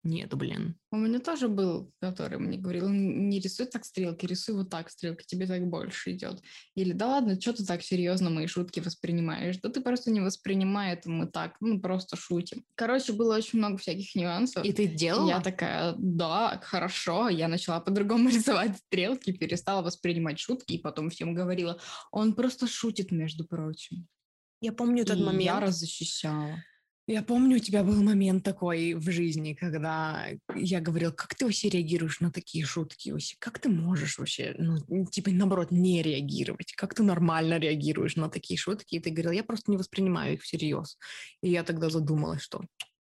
Нет, блин. У меня тоже был, который мне говорил: «Н- не рисуй так стрелки, рисуй вот так стрелки, тебе так больше идет». Или да ладно, что ты так серьезно мои шутки воспринимаешь? Да ты просто не воспринимай это, мы так, ну просто шутим. Короче, было очень много всяких нюансов. И ты И я делала? такая, да, хорошо. Я начала по-другому рисовать стрелки, перестала воспринимать шутки, и потом всем говорила: он просто шутит, между прочим. Я помню И тот я момент. раззащищала. Я помню, у тебя был момент такой в жизни, когда я говорил, как ты вообще реагируешь на такие шутки вообще? Как ты можешь вообще, ну, н- типа, наоборот, не реагировать? Как ты нормально реагируешь на такие шутки? И ты говорил, я просто не воспринимаю их всерьез. И я тогда задумалась, что,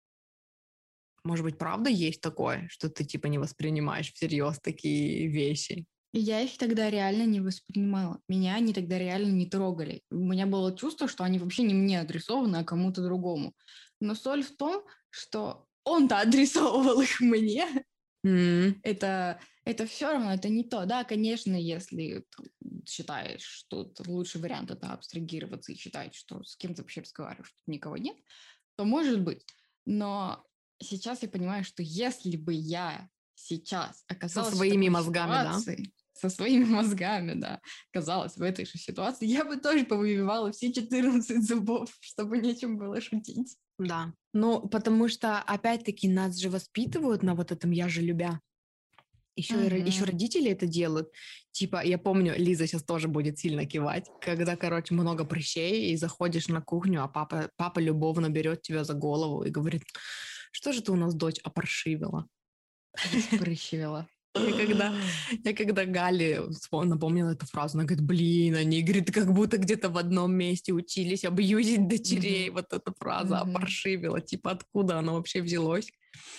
может быть, правда есть такое, что ты, типа, не воспринимаешь всерьез такие вещи? И я их тогда реально не воспринимала. Меня они тогда реально не трогали. У меня было чувство, что они вообще не мне адресованы, а кому-то другому. Но соль в том, что он-то адресовывал их мне. М, Это, это все равно, это не то. Да, конечно, если ты считаешь, что т- лучший вариант это абстрагироваться и считать, что с кем ты вообще разговариваешь, тут никого нет, то может быть. Но сейчас я понимаю, что если бы я сейчас Со оказалась в своими такой мозгами, да? ситуации, со своими мозгами, да, оказалась в этой же ситуации, я бы тоже повыбивала все четырнадцать зубов, чтобы нечем было шутить. Да. Ну, потому что, опять-таки, нас же воспитывают на вот этом «я же любя». Еще, и, ро- еще Мгм. родители это делают. Типа, я помню, Лиза сейчас тоже будет сильно кивать, когда, короче, много прыщей, и заходишь на кухню, а папа, папа любовно берет тебя за голову и говорит, что же ты у нас, дочь, опоршивила? Распрыщивала. Я когда, я когда Гале вспом- напомнила эту фразу, она говорит, блин, они, говорит, как будто где-то в одном месте учились абьюзить дочерей. Мгм. Вот эта фраза Мгм. опоршивила. Типа, откуда она вообще взялась?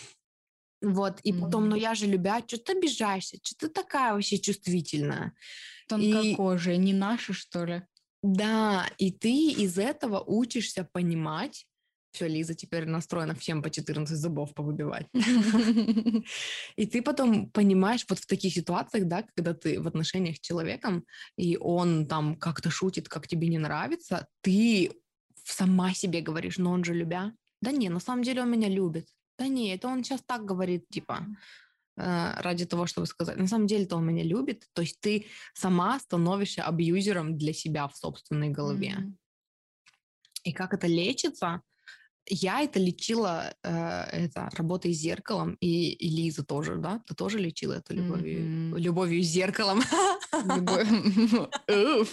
Вот, и потом, ну Мгм. я же любя, что ты обижаешься, что ты такая вообще чувствительная? И Тонкокожие, не наши, что ли? да, и ты из этого учишься понимать, все, Лиза теперь настроена всем по четырнадцать зубов повыбивать. И ты потом понимаешь вот в таких ситуациях, да, когда ты в отношениях с человеком, и он там как-то шутит, как тебе не нравится, ты сама себе говоришь, но он же любя. Да не, на самом деле он меня любит. Да не, это он сейчас так говорит, типа, э, ради того, чтобы сказать. На самом деле-то он меня любит. То есть ты сама становишься абьюзером для себя в собственной голове. Мгм. И как это лечится? Я это лечила, э, это, работой с зеркалом, и, и Лиза тоже, да? Ты тоже лечила это любовью, Мгм. любовью с зеркалом? Любой... Уф.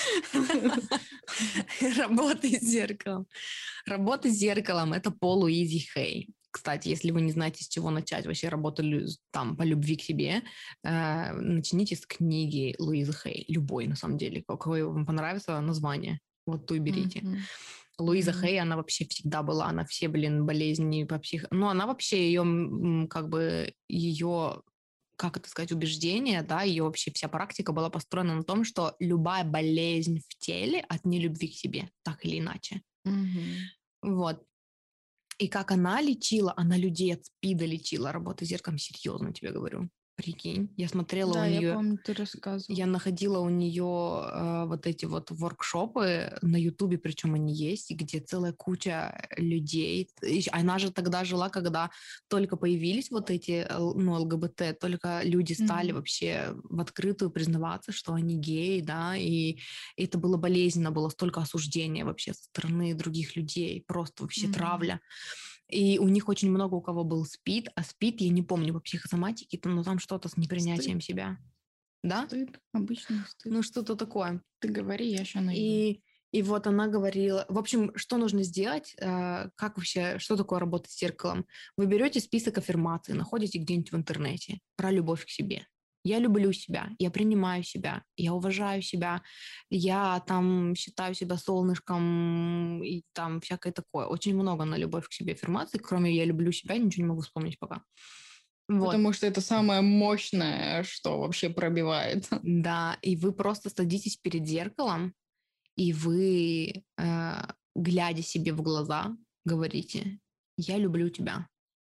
Работай с зеркалом. Работа с зеркалом– это по Луизе Хей. Кстати, если вы не знаете, с чего начать вообще работу лю- там по любви к себе, э, начните с книги Луизы Хей, любой, на самом деле, какое вам понравится название, вот ту и берите. Мгм. Луиза Мгм. Хей, она вообще всегда была, она все, блин, болезни по псих... Ну, она вообще, ее, м, как бы, ее, как это сказать, убеждение, да, ее вообще вся практика была построена на том, что любая болезнь в теле от нелюбви к себе, так или иначе. Мгм. Вот. И как она лечила, она людей от СПИДа лечила, работа с зеркалом, серьезно тебе говорю. Прикинь, я смотрела у Да, я нее, помню, ты рассказывал. я находила у нее э, вот эти вот воркшопы на Ютубе, причем они есть, и где целая куча людей. И она же тогда жила, когда только появились вот эти, л- ну, ЛГБТ, только люди стали Мгм. вообще в открытую признаваться, что они геи, да, и это было болезненно, было столько осуждения вообще со стороны других людей, просто вообще Мгм. травля. И у них очень много у кого был СПИД, а СПИД, я не помню по психосоматике, но там что-то с Стыд, непринятием себя. Да? стыд, обычный стыд. Ну, что-то такое. Ты говори, я сейчас найду. И, и вот она говорила, в общем, что нужно сделать, э, как вообще, что такое работать с зеркалом? Вы берете список аффирмаций, находите где-нибудь в интернете про любовь к себе. Я люблю себя, я принимаю себя, я уважаю себя, я там считаю себя солнышком и там всякое такое. Очень много на любовь к себе аффирмаций, кроме «я люблю себя», ничего не могу вспомнить пока. Вот. Потому что это самое мощное, что вообще пробивает. Да, и вы просто садитесь перед зеркалом, и вы, э, глядя себе в глаза, говорите: «Я люблю тебя».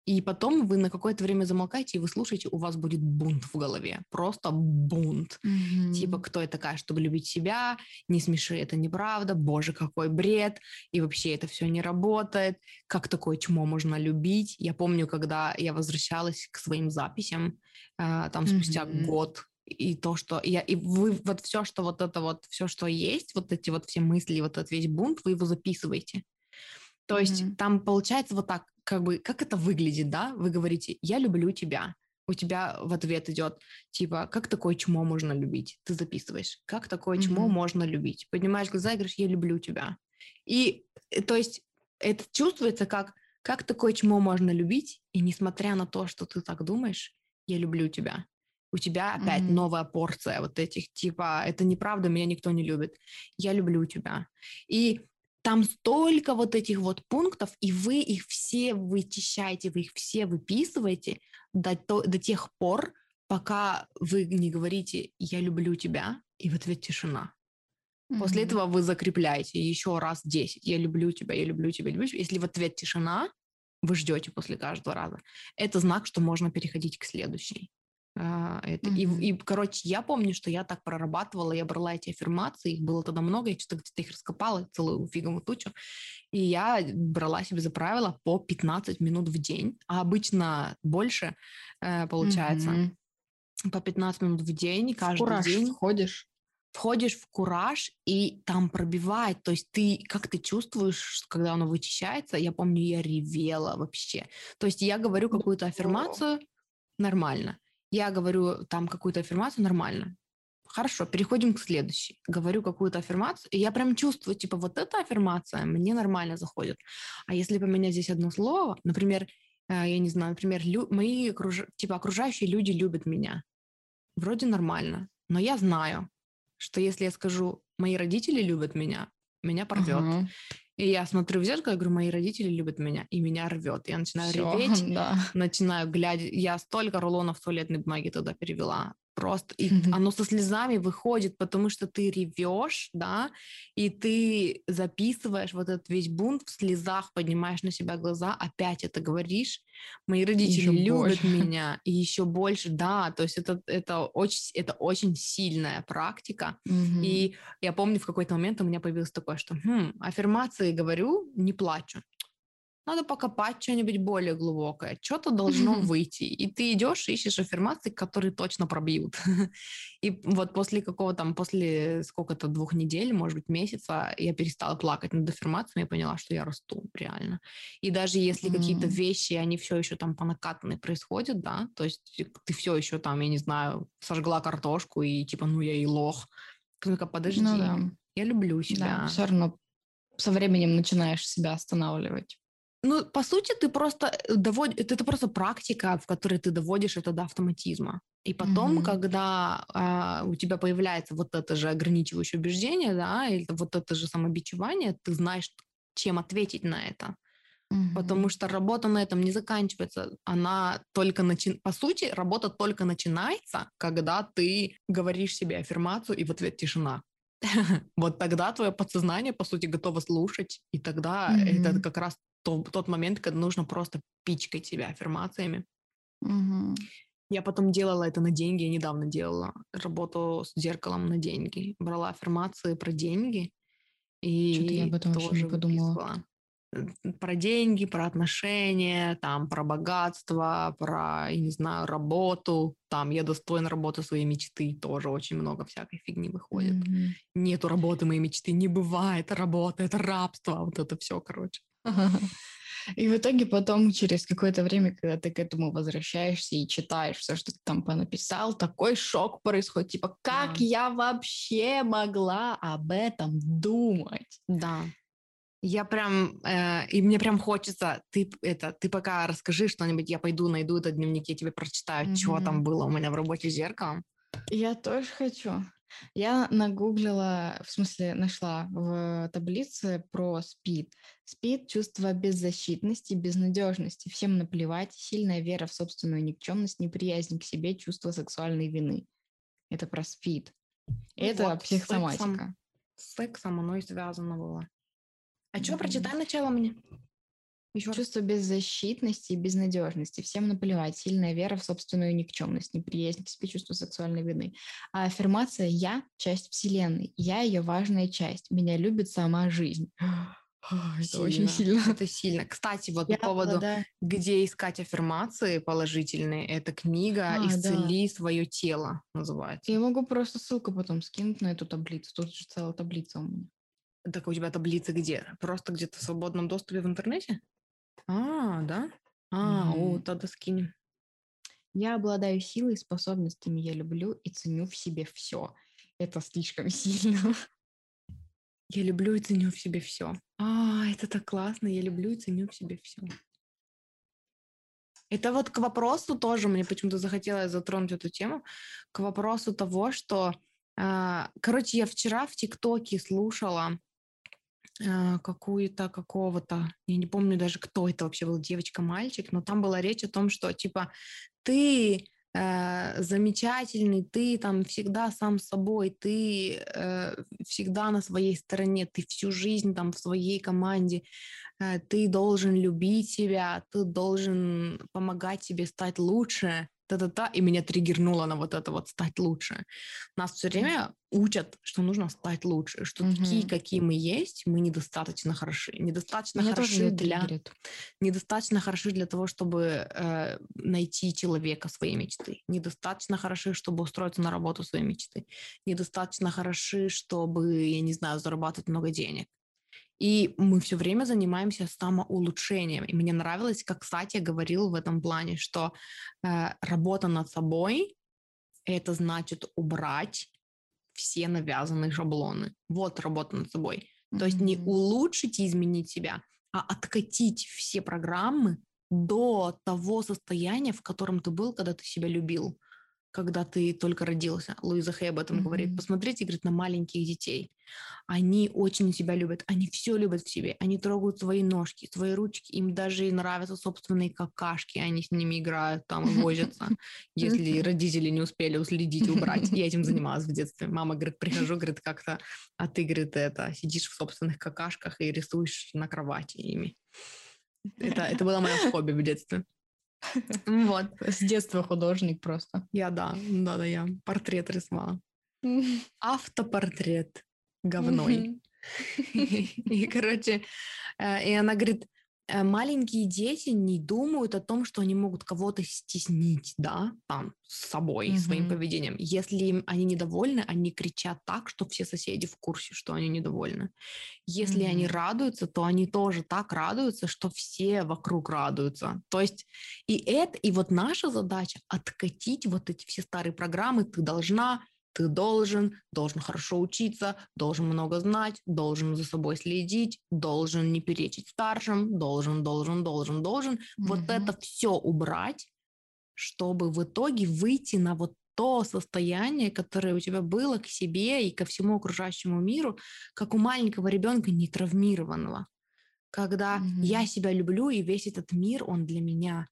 И потом вы на какое-то время замолкаете, и вы слушаете, у вас будет бунт в голове. Просто бунт. Мгм. Типа, кто я такая, чтобы любить себя? Не смеши, это неправда. Боже, какой бред. И вообще это все не работает. Как такое чмо можно любить? Я помню, когда я возвращалась к своим записям, а, там спустя Мгм. год, и то, что я, и вы вот все, что вот это вот, все, что есть, вот эти вот все мысли, вот этот весь бунт, вы его записываете. То есть Мгм. там получается вот так, как бы, как это выглядит, да? Вы говорите, я люблю тебя. У тебя в ответ идет, типа, как такое чмо можно любить? Ты записываешь, как такое чмо Мгм. можно любить? Поднимаешь глаза и говоришь, я люблю тебя. И, э, то есть, это чувствуется как, как такое чмо можно любить, и несмотря на то, что ты так думаешь, я люблю тебя. У тебя опять Мгм. новая порция вот этих, типа, это неправда, меня никто не любит. Я люблю тебя. И там столько вот этих вот пунктов, и вы их все вычищаете, вы их все выписываете до, то- до тех пор, пока вы не говорите «я люблю тебя», и в ответ тишина. После Мгм. этого вы закрепляете еще раз десять «я люблю тебя, я люблю тебя, люблю тебя». Если в ответ тишина, вы ждете после каждого раза. Это знак, что можно переходить к следующей. А, это, и, Мгм. и, короче, я помню, что я так прорабатывала, я брала эти аффирмации, их было тогда много, я что-то где-то их раскопала, целую фиговую тучу, и я брала себе за правило по пятнадцать минут в день, а обычно больше, э, получается, Мгм. по пятнадцать минут в день, В каждый кураж день входишь? входишь в кураж, и там пробивает, то есть ты, как ты чувствуешь, когда оно вычищается, я помню, я ревела вообще. То есть я говорю какую-то О. аффирмацию, нормально. Я говорю там какую-то аффирмацию, нормально. Хорошо, переходим к следующей. Говорю какую-то аффирмацию, и я прям чувствую, типа, вот эта аффирмация мне нормально заходит. А если поменять здесь одно слово, например, э, я не знаю, например, лю- мои окруж- типа окружающие люди любят меня. Вроде нормально, но я знаю, что если я скажу, мои родители любят меня, меня порвет. Ага. И я смотрю в зеркало и говорю, мои родители любят меня, и меня рвет. Я начинаю Все, реветь, да. начинаю глядя. Я столько рулонов туалетной бумаги тогда перевела. Просто и оно со слезами выходит, потому что ты ревешь, да, и ты записываешь вот этот весь бунт в слезах, поднимаешь на себя глаза, опять это говоришь. Мои родители Еще любят больше. меня, и еще больше, да, то есть это, это, очень, это очень сильная практика. Мгм. И я помню, в какой-то момент у меня появилось такое, что хм, аффирмации говорю, не плачу. Надо покопать что-нибудь более глубокое. Что-то должно выйти. И ты идешь, ищешь аффирмации, которые точно пробьют. И вот после какого там, после сколько-то двух недель, может быть, месяца, я перестала плакать над аффирмациями, я поняла, что я расту реально. И даже если какие-то М. вещи, они все еще там по накатанной происходят, да, то есть ты все еще там, я не знаю, сожгла картошку и типа, ну я и лох. Только Ну подожди, да, я люблю да, себя. все равно со временем начинаешь себя останавливать. Ну, по сути, ты просто э, доводишь, это, это просто практика, в которой ты доводишь это до автоматизма. И потом, Мгм. когда а, у тебя появляется вот это же ограничивающее убеждение, да, или вот это же самобичевание, ты знаешь, чем ответить на это. Потому Мгм. что работа на этом не заканчивается. Она только начи... По сути, работа только начинается, когда ты говоришь себе аффирмацию, и в ответ тишина. Вот тогда твое подсознание, по сути, готово слушать, и тогда это Мгм. как раз то- тот момент, когда нужно просто пичкать себя аффирмациями. Мгм. Я потом делала это на деньги, я недавно делала работу с зеркалом на деньги. Брала аффирмации про деньги Чё-то я об и этом вообще не тоже подумала. выписывала. Э, Про деньги, про отношения, там, про богатство, про, я не знаю, работу. Там, я достойна работы своей мечты. Тоже очень много всякой фигни выходит. Мгм. Нету работы моей мечты, не бывает работы, это рабство. Вот это все, короче. И в итоге потом, через какое-то время, когда ты к этому возвращаешься и читаешь все, что ты там понаписал, такой шок происходит. Типа, как Да. я вообще могла об этом думать? Да. Я прям, э, и мне прям хочется, ты п- это, ты пока расскажи что-нибудь, я пойду найду этот дневник, я тебе прочитаю, что там Мгм. было у меня в работе с зеркалом. Я тоже хочу. Я нагуглила, в смысле, нашла в таблице про СПИД. СПИД– чувство беззащитности, безнадежности, всем наплевать, сильная вера в собственную никчемность, неприязнь к себе, чувство сексуальной вины. Это про СПИД. Ну Это вот, с сексом, психосоматика. с сексом оно и связано было. А что, Мгм. прочитай начало мне. Еще раз. Чувство беззащитности и безнадежности. Всем наплевать. Сильная вера в собственную никчемность, неприязнь к себе, чувство сексуальной вины. А аффирмация «я» — часть Вселенной. Я — ее важная часть. Меня любит сама жизнь. Это очень Сильно. сильно. Это сильно. Кстати, вот по Я поводу, обладаю... где искать аффирмации положительные, это книга А, да. «Исцели свое тело» называется. Я могу просто ссылку потом скинуть на эту таблицу. Тут же целая таблица у меня. Так у тебя таблица где? Просто где-то в свободном доступе в интернете? А, да? А, о, Мгм. тогда скинем. Я обладаю силой, способностями, я люблю и ценю в себе все. Это слишком сильно. Я люблю и ценю в себе все. А, это так классно. Я люблю и ценю в себе все. Это вот к вопросу тоже, мне почему-то захотелось затронуть эту тему, к вопросу того, что, а, короче, я вчера в ТикТоке слушала а, какую-то, какого-то, я не помню даже, кто это вообще был, девочка, мальчик, но там была речь о том, что, типа, ты э, замечательный, ты там всегда сам собой, ты э, всегда на своей стороне, ты всю жизнь там в своей команде, э, ты должен любить себя, ты должен помогать себе стать лучше, та-та-та, и меня триггернуло на вот это вот стать лучше. Нас все время учат, что нужно стать лучше, что такие, Мгм. какие мы есть, мы недостаточно хороши, недостаточно Меня тоже хороши это для триггерит. недостаточно хороши для того, чтобы э, найти человека своей мечты, недостаточно хороши, чтобы устроиться на работу своей мечты, недостаточно хороши, чтобы, я не знаю, зарабатывать много денег. И мы все время занимаемся самоулучшением. И мне нравилось, как Сатя говорил в этом плане, что э, работа над собой — это значит убрать все навязанные шаблоны. Вот работа над собой. То есть не Мгм. улучшить и изменить себя, а откатить все программы до того состояния, в котором ты был, когда ты себя любил, когда ты только родился. Луиза Хей об этом говорит. Мгм. Посмотрите, говорит, на маленьких детей. Они очень себя любят, они все любят в себе, они трогают свои ножки, свои ручки, им даже и нравятся собственные какашки, они с ними играют там и возятся, если родители не успели уследить, убрать. Я этим занималась в детстве. Мама говорит, прихожу, говорит, как-то, а ты, говорит, это, сидишь в собственных какашках и рисуешь на кровати ими. Это, это было мое хобби в детстве. Вот. С детства художник просто. Я, да, да, да, я портрет рисовала. Автопортрет говной. Мгм. И, короче, э, и она говорит, э, маленькие дети не думают о том, что они могут кого-то стеснить, да, там, с собой, своим Мгм. поведением. Если им они недовольны, они кричат так, что все соседи в курсе, что они недовольны. Если они Мгм. радуются, то они тоже так радуются, что все вокруг радуются. То есть и это, и вот наша задача — откатить вот эти все старые программы. Ты должна, ты должен, должен хорошо учиться, должен много знать, должен за собой следить, должен не перечить старшим, должен, должен, должен, должен. Вот Мгм. это все убрать, чтобы в итоге выйти на вот то состояние, которое у тебя было к себе и ко всему окружающему миру, как у маленького ребенка нетравмированного, когда я Мгм. себя люблю, и весь этот мир, он для меня.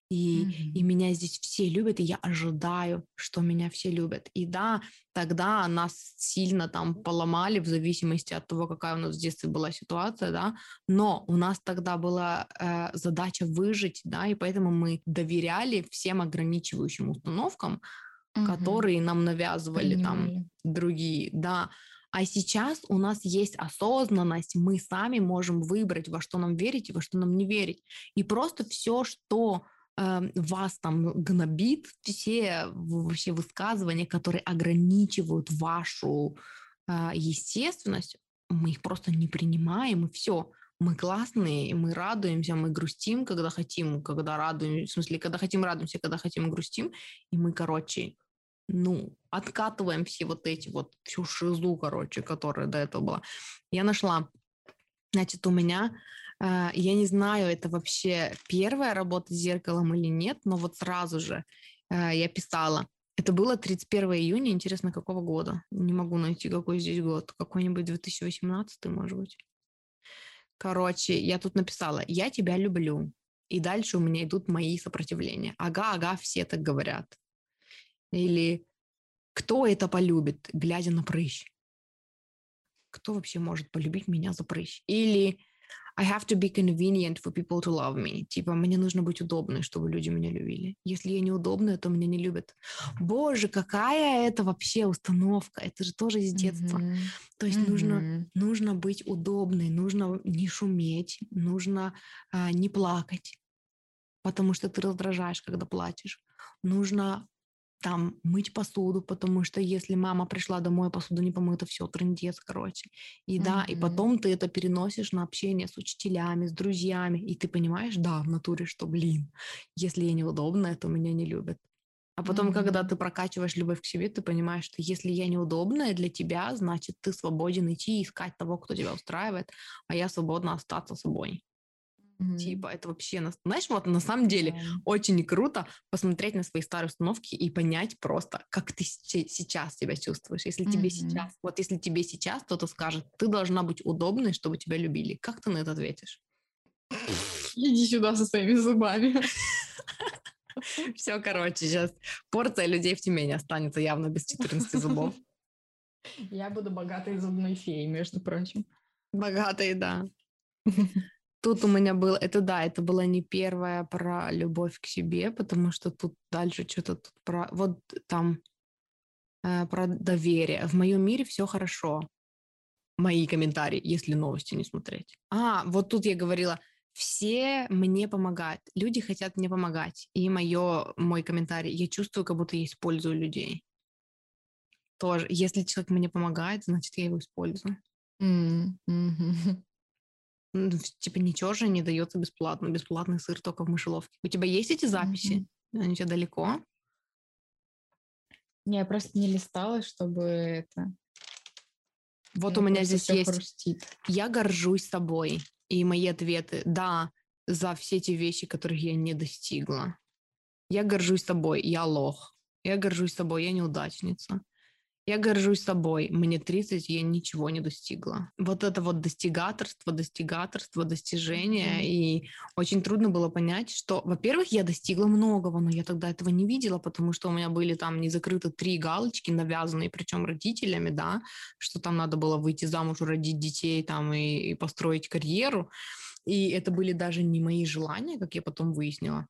И, и Мгм. меня здесь все любят, и я ожидаю, что меня все любят. И да, тогда нас сильно там поломали в зависимости от того, какая у нас в детстве была ситуация, да, но у нас тогда была э, задача выжить, да, и поэтому мы доверяли всем ограничивающим установкам, Мгм. которые нам навязывали там Принимали. другие, да. А сейчас у нас есть осознанность, мы сами можем выбрать, во что нам верить и во что нам не верить. И просто все, что э, вас там гнобит, все вообще высказывания, которые ограничивают вашу э, естественность, мы их просто не принимаем, и все. Мы классные, мы радуемся, мы грустим, когда хотим, когда радуемся, в смысле, когда хотим радуемся, когда хотим грустим, и мы, короче, ну, откатываем все вот эти вот, всю шизу, короче, которая до этого была. Я нашла, значит, у меня, э, я не знаю, это вообще первая работа с зеркалом или нет, но вот сразу же э, я писала. Это было тридцать первого июня, интересно, какого года? Не могу найти, какой здесь год. Какой-нибудь две тысячи восемнадцатый, может быть. Короче, я тут написала, я тебя люблю. И дальше у меня идут мои сопротивления. Ага, ага, все так говорят. Или кто это полюбит, глядя на прыщ? Кто вообще может полюбить меня за прыщ? Или I have to be convenient for people to love me. Типа, мне нужно быть удобной, чтобы люди меня любили. Если я неудобная, то меня не любят. Боже, какая это вообще установка? Это же тоже из детства. Мгм. То есть нужно, Мгм. нужно быть удобной, нужно не шуметь, нужно а, не плакать, потому что ты раздражаешь, когда плачешь. Нужно там мыть посуду, потому что если мама пришла домой, а посуда не помыта, все, трындец, короче. И да, и Мгм. потом ты это переносишь на общение с учителями, с друзьями, и ты понимаешь, да, в натуре, что, блин, если я неудобная, то меня не любят. А потом, когда Мгм. ты прокачиваешь любовь к себе, ты понимаешь, что если я неудобная для тебя, значит, ты свободен идти и искать того, кто тебя устраивает, а я свободна остаться собой. Мгм. Типа, это вообще, на- знаешь, вот на самом деле Да. очень круто посмотреть на свои старые установки и понять просто, как ты се- сейчас себя чувствуешь. Если тебе Мгм. сейчас, вот если тебе сейчас кто-то скажет, ты должна быть удобной, чтобы тебя любили, как ты на это ответишь? Иди сюда со своими зубами. Все, короче, сейчас порция людей в Тюмени останется явно без четырнадцати зубов. Я буду богатой зубной феей, между прочим. Богатые, да. Тут у меня было, это да, это была не первая про любовь к себе, потому что тут дальше что-то тут про, вот там э, про доверие. В моем мире все хорошо. Мои комментарии, если новости не смотреть. А, вот тут я говорила, все мне помогают. Люди хотят мне помогать. И моё, мой комментарий, я чувствую, как будто я использую людей. Тоже. Если человек мне помогает, значит, я его использую. М, мгм. Ну, в- типа ничего же не дается бесплатно. Бесплатный сыр только в мышеловке. У тебя есть эти записи? Мгм. Они у тебя далеко? Не, я просто не листала, чтобы это... Вот у Мне меня просто здесь все есть. хрустит. Я горжусь собой. И мои ответы. Да, за все те вещи, которых я не достигла. Я горжусь собой, я лох. Я горжусь собой, я неудачница. Я горжусь собой, мне тридцать, я ничего не достигла. Вот это вот достигаторство, достигаторство, достижение. Мгм. И очень трудно было понять, что, во-первых, я достигла многого, но я тогда этого не видела, потому что у меня были там не закрыты три галочки, навязанные, причем родителями, да, что там надо было выйти замуж, родить детей там и, и построить карьеру. И это были даже не мои желания, как я потом выяснила.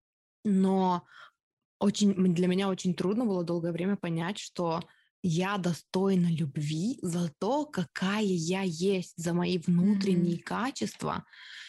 Но очень, м, для меня очень трудно было долгое время понять, что я достойна любви за то, какая я есть, за мои Мгм. внутренние качества,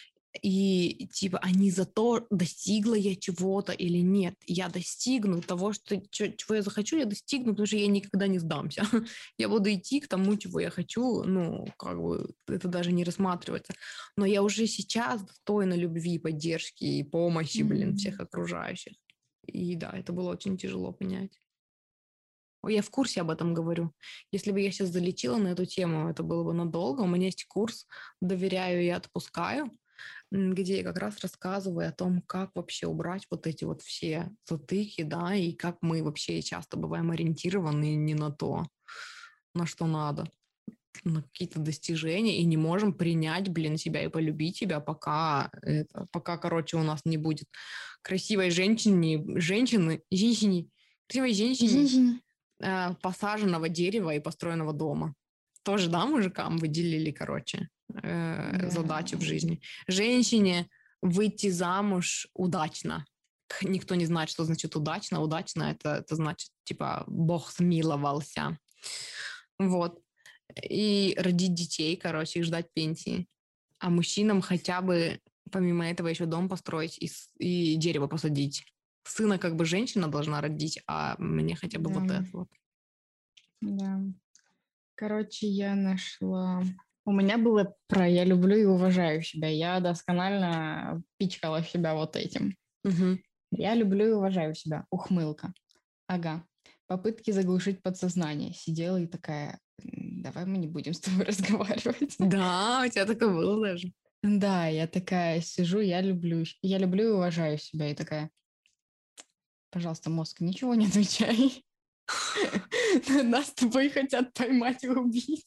и типа, а не за то, достигла я чего-то или нет. Я достигну того, что, чё- чего я захочу, я достигну, потому что я никогда не сдамся. Я буду идти к тому, чего я хочу, ну, как бы это даже не рассматривается. Но я уже сейчас достойна любви, поддержки и помощи, блин, всех Мгм. окружающих. И да, это было очень тяжело понять. Ой, я в курсе об этом говорю. Если бы я сейчас залетела на эту тему, это было бы надолго. У меня есть курс «Доверяю и отпускаю», м, где я как раз рассказываю о том, как вообще убрать вот эти вот все затыки, да, и как мы вообще часто бываем ориентированы не на то, на что надо, на какие-то достижения, и не можем принять, блин, себя и полюбить себя, пока, это, пока, короче, у нас не будет красивой женщины, женщины, женщины, красивой женщины, Извини. э, посаженного дерева и построенного дома. Тоже, да, мужикам выделили, короче, э, Да. задачу в жизни. Женщине выйти замуж удачно. Х, никто не знает, что значит удачно. Удачно это, это значит, типа, Бог смиловался. Вот. И родить детей, короче, и ждать пенсии. А мужчинам хотя бы, помимо этого, еще дом построить и, с- и дерево посадить. Сына как бы женщина должна родить, а мне хотя бы Да. вот это вот. Да. Короче, я нашла... У меня было про «я люблю и уважаю себя». Я досконально пичкала себя вот этим. Мгм. Я люблю и уважаю себя. Ухмылка. Ага. Попытки заглушить подсознание. Сидела и такая, «М, давай мы не будем с тобой разговаривать». Да, у тебя такое было даже. Да, я такая сижу, я люблю, щ- я люблю и уважаю себя. И такая, пожалуйста, мозг, ничего не отвечай. Нас с тобой хотят поймать и убить.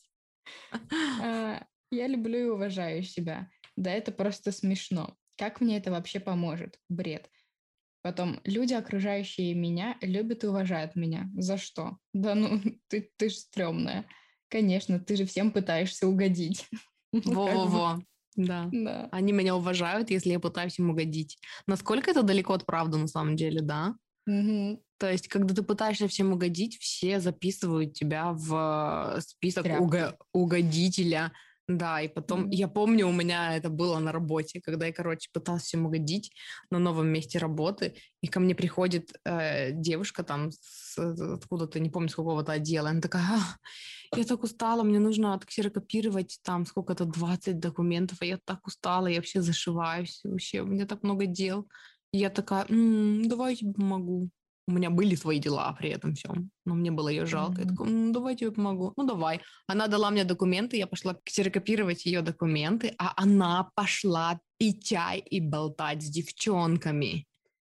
А, Я люблю и уважаю себя. Да, это просто смешно. Как мне это вообще поможет? Бред. Потом, люди, окружающие меня, любят и уважают меня. За что? Да ну, ты, ты ж стрёмная. Конечно, ты же всем пытаешься угодить. Ну, как бы, Во-во-во. Да. Да. Они меня уважают, если я пытаюсь им угодить. Насколько это далеко от правды на самом деле, да? Мгм. То есть, когда ты пытаешься всем угодить, все записывают тебя в э, список Тряпку. уго- угодителя. Да, и потом, Мгм. я помню, у меня это было на работе, когда я, короче, пыталась всем угодить на новом месте работы, и ко мне приходит э, девушка там с, откуда-то, не помню, с какого-то отдела, она такая: «А, я так устала, мне нужно отксерокопировать там сколько-то двадцать документов, а я так устала, я вообще зашиваюсь, вообще, у меня так много дел». И я такая: «М, давай я тебе помогу». У меня были свои дела при этом всем, но мне было ее жалко. Я Мгм. такая: «М, давай я тебе помогу». Ну, давай. Она дала мне документы, я пошла ксерокопировать ее документы, а она пошла пить чай и болтать с девчонками.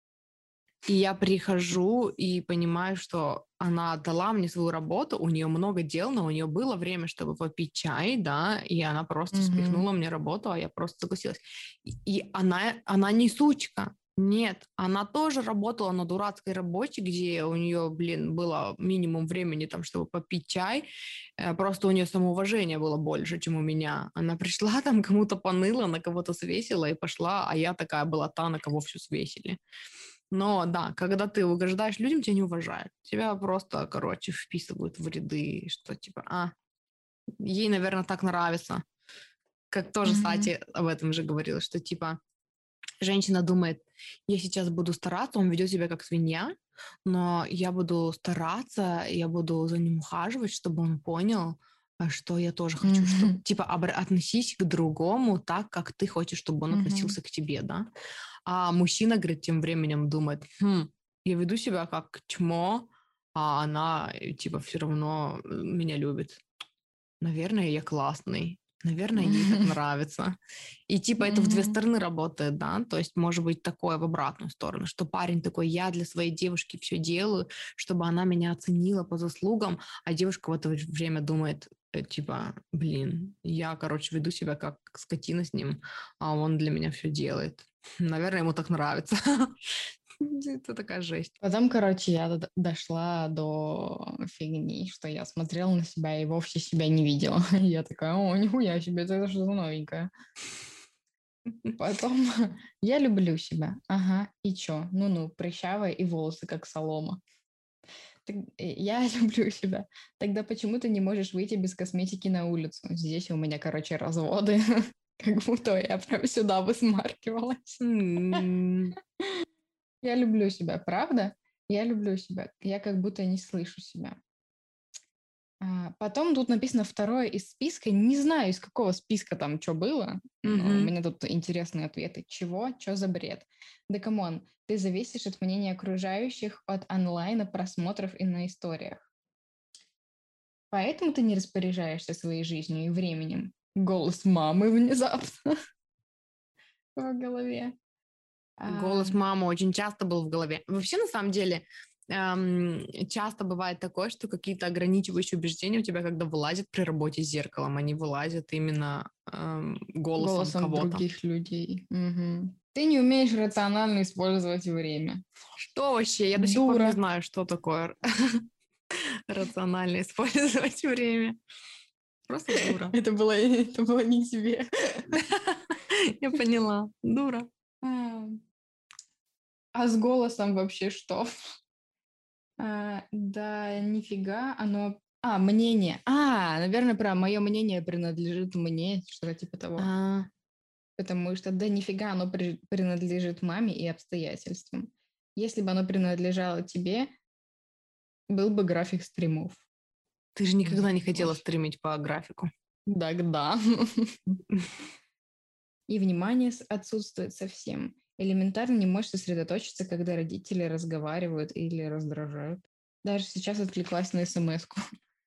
И я прихожу и понимаю, что она отдала мне свою работу, у нее много дел, но у нее было время, чтобы попить чай, да, и она просто Мгм. спихнула мне работу, а я просто согласилась. И, и она, она не сучка. Нет, она тоже работала на дурацкой работе, где у нее, блин, было минимум времени там, чтобы попить чай. Э, Просто у нее самоуважение было больше, чем у меня. Она пришла там, кому-то поныла, на кого-то свесила и пошла, а я такая была та, на кого все свесили. Но да, когда ты угождаешь людям, тебя не уважают. Тебя просто, короче, вписывают в ряды, что типа, а, ей, наверное, так нравится. Как тоже Мгм. Сати об этом же говорила, что типа женщина думает: я сейчас буду стараться, он ведет себя как свинья, но я буду стараться, я буду за ним ухаживать, чтобы он понял, а, что я тоже хочу, что Мгм. типа обра- относись к другому так, как ты хочешь, чтобы он Мгм. относился к тебе, да. А мужчина, говорит, тем временем думает: хм, я веду себя как чмо, а она э, типа все равно э, меня любит. Наверное, я классный. Наверное, ей так нравится. И типа это в две Мгм. стороны работает, да. То есть может быть такое в обратную сторону, что парень такой: я для своей девушки все делаю, чтобы она меня оценила по заслугам, а девушка в это время думает, э, типа, блин, я, короче, веду себя как скотина с ним, а он для меня все делает. Наверное, ему так нравится. Это такая жесть. Потом, короче, я д- дошла до фигни, что я смотрела на себя и вовсе себя не видела. Я такая: о, нихуя себе, это что-то новенькое. Потом я люблю себя. Ага, и чё? Ну-ну, прыщавая и волосы как солома. Так, э, я люблю себя. Тогда почему ты не можешь выйти без косметики на улицу? Здесь у меня, короче, разводы. Как будто я прям сюда высмаркивалась. М. Я люблю себя, правда? Я люблю себя. Я как будто не слышу себя. А, потом тут написано второе из списка. Не знаю, из какого списка там что было, но у Мгм. меня тут интересные ответы. Чего? Что за бред? Да камон, ты зависишь от мнения окружающих, от онлайна, просмотров и на историях. Поэтому ты не распоряжаешься своей жизнью и временем. Голос мамы внезапно в голове. А, Голос мамы очень часто был в голове. Вообще, на самом деле, эм, часто бывает такое, что какие-то ограничивающие убеждения у тебя, когда вылазят при работе с зеркалом, они вылазят именно эм, голосом голосом кого-то. других людей. Мгм. Ты не умеешь рационально использовать время. Что вообще? Я до сих пор не Дура. знаю, что такое рационально использовать время. Просто дура. Это было, это было не к тебе. Я поняла. Дура. А а с голосом вообще что? А, да нифига, оно... А, мнение. А, наверное, про мое мнение принадлежит мне, что-то типа того. А, Потому что да нифига оно при- принадлежит маме и обстоятельствам. Если бы оно принадлежало тебе, был бы график стримов. Ты же никогда не хотела Вот. стримить по графику. Да. И внимание с- отсутствует совсем. Элементарно не можешь сосредоточиться, когда родители разговаривают или раздражают. Даже сейчас отвлеклась на смс-ку.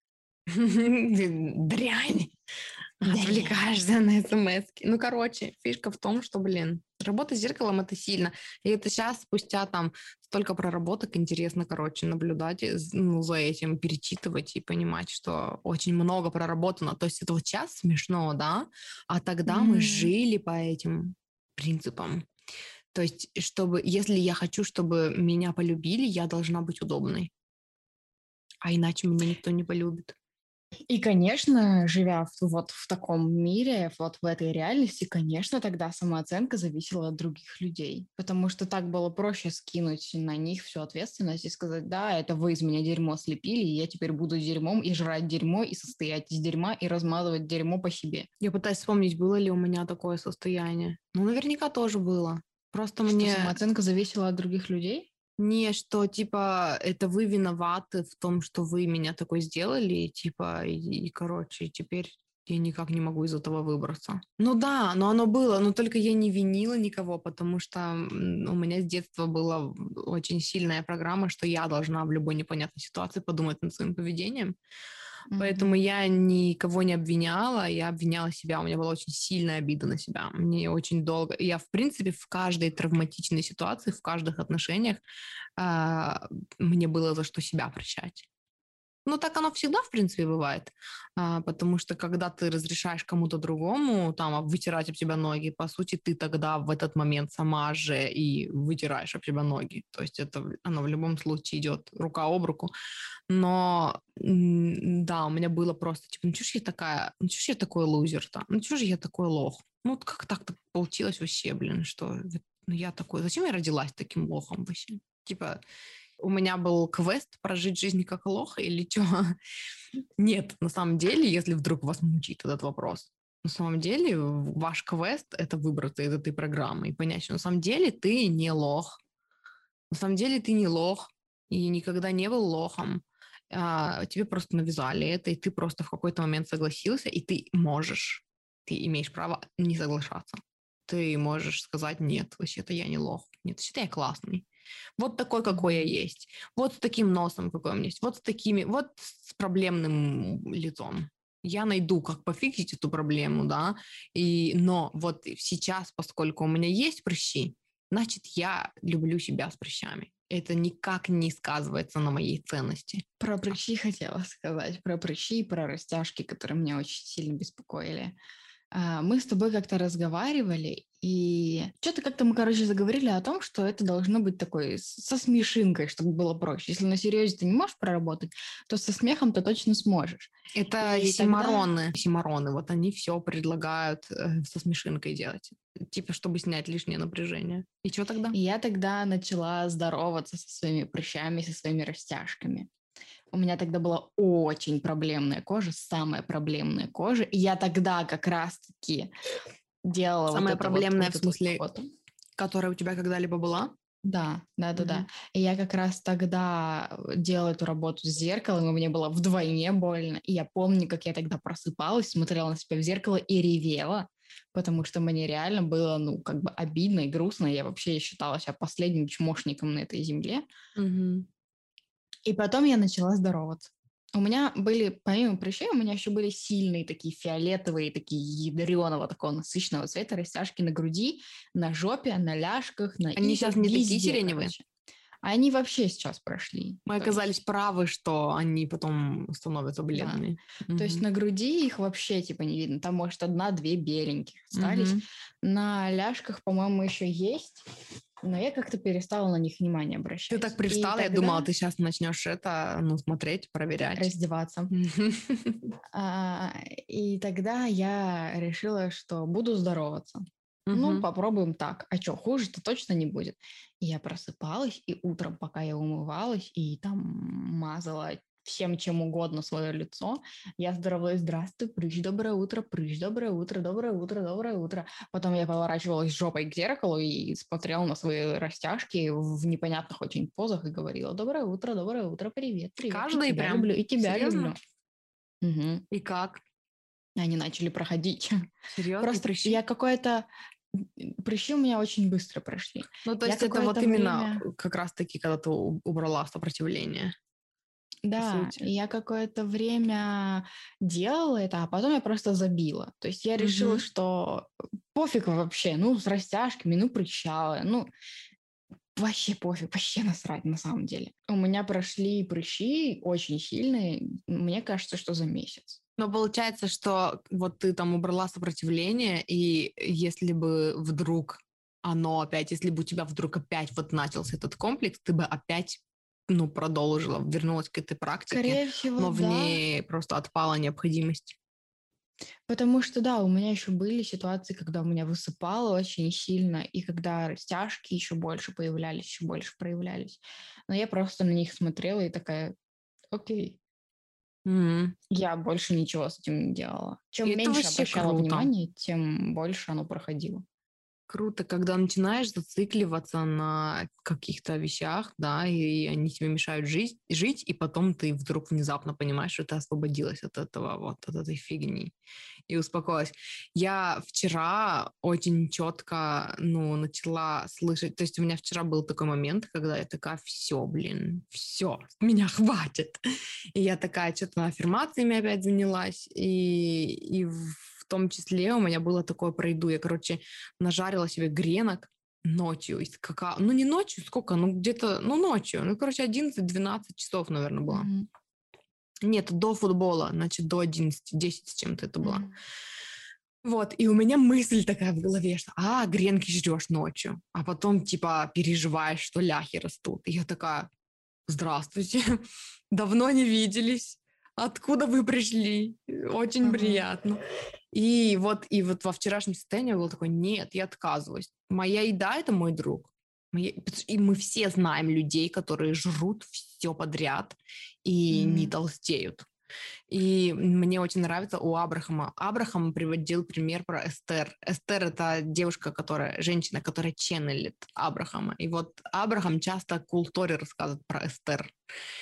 Дрянь. Дрянь. Отвлекаешься на смски. Ну, короче, фишка в том, что, блин, работа с зеркалом — это сильно. И это сейчас, спустя там столько проработок, интересно, короче, наблюдать и з- ну, за этим, перечитывать и понимать, что очень много проработано. То есть это вот сейчас смешно, да? А тогда мы М, жили по этим принципам. То есть, чтобы, если я хочу, чтобы меня полюбили, я должна быть удобной. А иначе меня никто не полюбит. И, конечно, живя в, вот в таком мире, вот в этой реальности, конечно, тогда самооценка зависела от других людей, потому что так было проще скинуть на них всю ответственность и сказать, да, это вы из меня дерьмо слепили, и я теперь буду дерьмом и жрать дерьмо, и состоять из дерьма, и размазывать дерьмо по себе. Я пытаюсь вспомнить, было ли у меня такое состояние. Ну, наверняка тоже было. Просто Что мне самооценка зависела от других людей? не, что, типа, это вы виноваты в том, что вы меня такой сделали, и, типа, и, и, короче, теперь я никак не могу из этого выбраться. Ну да, но оно было, но только я не винила никого, потому что м, у меня с детства была очень сильная программа, что я должна в любой непонятной ситуации подумать над своим поведением. Поэтому Мгм. я никого не обвиняла, я обвиняла себя. У меня была очень сильная обида на себя. Мне очень долго... Я, в принципе, в каждой травматичной ситуации, в каждых отношениях а, мне было за что себя прощать. Ну, так оно всегда, в принципе, бывает. А, потому что, когда ты разрешаешь кому-то другому там об- вытирать об тебя ноги, по сути, ты тогда в этот момент сама же и вытираешь об себя ноги. То есть это в- оно в любом случае идет рука об руку. Но м, да, у меня было просто, типа, ну что ж я такая, ну что ж я такой лузер-то? Ну что же я такой лох? Ну вот как так-то получилось вообще, блин, что вот, ну, я такой, зачем я родилась таким лохом вообще? Типа, у меня был квест прожить жизнь как лох или что? Нет, на самом деле, если вдруг вас мучит этот вопрос, на самом деле ваш квест — это выбраться из этой программы и понять, что на самом деле ты не лох. На самом деле ты не лох и никогда не был лохом. А, тебе просто навязали это, и ты просто в какой-то момент согласился, и ты можешь, ты имеешь право не соглашаться. Ты можешь сказать, нет, вообще-то я не лох, нет, вообще-то я классный. Вот такой, какой я Мгм. есть. Вот с таким носом, какой у меня есть. Вот с такими, вот с проблемным лицом. Я найду, как пофиксить эту проблему, да, и, но вот сейчас, поскольку у меня есть прыщи, значит, я люблю себя с прыщами. Это никак не сказывается на моей ценности. Про прыщи хотела сказать, про прыщи и про растяжки, которые меня очень сильно беспокоили. А, Мы с тобой как-то разговаривали, и что-то как-то мы, короче, заговорили о том, что это должно быть такой с- со смешинкой, чтобы было проще. Если на серьезе ты не можешь проработать, то со смехом ты точно сможешь. Это И тогда симароны. Симароны, вот они все предлагают э, со смешинкой делать. Типа, чтобы снять лишнее напряжение. И что тогда? и я тогда начала здороваться со своими прыщами, со своими растяжками. У меня тогда была очень проблемная кожа, самая проблемная кожа, и я тогда как раз-таки делала вот Самая это вот, проблемная, вот в эту вот смысле, работу. которая у тебя когда-либо была? Да, да-да-да. Мгм. И я как раз тогда э, делала эту работу с зеркалом, и мне было вдвойне больно. И я помню, как я тогда просыпалась, смотрела на себя в зеркало и ревела, потому что мне реально было, ну, как бы обидно и грустно. Я вообще считала себя последним чмошником на этой земле. Мгм. И потом я начала здороваться. У меня были, помимо прыщей, у меня еще были сильные такие фиолетовые, такие ядреного такого насыщенного цвета растяжки на груди, на жопе, на ляжках, на Они сейчас икрах, не такие везде, сиреневые. короче. А они вообще сейчас прошли. Мы То оказались есть, правы, что они потом становятся да. бледными. То есть Мгм. на груди их вообще типа не видно. Там, может, одна-две беленьких остались. Мгм. На ляжках, по-моему, еще есть, но я как-то перестала на них внимание Ты так обращать. И привстала, я думала, тогда ты сейчас начнешь это, ну, смотреть, проверять. раздеваться. А, и тогда я решила, что буду здороваться. Ну, Мгм. попробуем так. А что, хуже-то точно не будет. И я просыпалась, и утром, пока я умывалась и там мазала всем чем угодно свое лицо, я здоровалась: здравствуй, прыщ, доброе утро, прыщ, доброе утро, доброе утро, доброе утро. Потом я поворачивалась жопой к зеркалу и смотрела на свои растяжки в непонятных очень позах и говорила: доброе утро, доброе утро, привет, привет, и Каждый тебя прям. люблю, и тебя люблю. Серьезно? Мгм. И как? Они начали проходить. Серьезно? И Просто прыщи? я какое-то... Прыщи у меня очень быстро прошли. Ну, то Я есть это вот какое-то именно время... э, как раз-таки, когда ты у- убрала сопротивление, по Да, сути. я какое-то время делала это, а потом я просто забила. То есть я решила, Мгм. что пофиг вообще, ну, с растяжками, ну, прыщавая, ну, вообще пофиг, вообще насрать на самом деле. У меня прошли прыщи очень сильные, мне кажется, что за месяц. Но получается, что вот ты там убрала сопротивление, и если бы вдруг оно опять, если бы у тебя вдруг опять вот начался этот комплекс, ты бы опять ну, продолжила, вернулась к этой практике, Скорее всего, но в да. ней просто отпала необходимость. Потому что, да, у меня еще были ситуации, когда у меня высыпало очень сильно, и когда растяжки еще больше появлялись, еще больше проявлялись. Но я просто на них смотрела и такая, окей, М. я больше ничего с этим не делала. И Чем это меньше вообще обращала круто. внимания, тем больше оно проходило. Круто, когда начинаешь зацикливаться на каких-то вещах, да, и они тебе мешают жить, жить, и потом ты вдруг внезапно понимаешь, что ты освободилась от этого, вот, от этой фигни и успокоилась. Я вчера очень четко, ну, начала слышать, то есть у меня вчера был такой момент, когда я такая, все, блин, все, меня хватит. И я такая что-то аффирмациями опять занялась, и, и в том числе у меня было такое про еду. Я, короче, нажарила себе гренок ночью из какао. Ну, не ночью, сколько? Ну, где-то, ну, ночью. Ну, короче, одиннадцать-двенадцать часов, наверное, было. Мгм. Нет, до футбола, значит, до одиннадцати, десять с чем-то это было. Мгм. Вот, и у меня мысль такая в голове, что, а, гренки жрешь ночью, а потом, типа, переживаешь, что ляхи растут. И я такая, здравствуйте, давно не виделись, откуда вы пришли? Очень Ага. приятно. И вот, и вот во вчерашнем состоянии было такое, нет, я отказываюсь. Моя еда– это мой друг. Моя- И мы все знаем людей, которые жрут все подряд и не Мгм. толстеют. И мне очень нравится у Абрахама. Абрахам приводил пример про Эстер. Эстер– это девушка, которая, женщина, которая ченнелит Абрахама. И вот Абрахам часто култоре рассказывает про Эстер.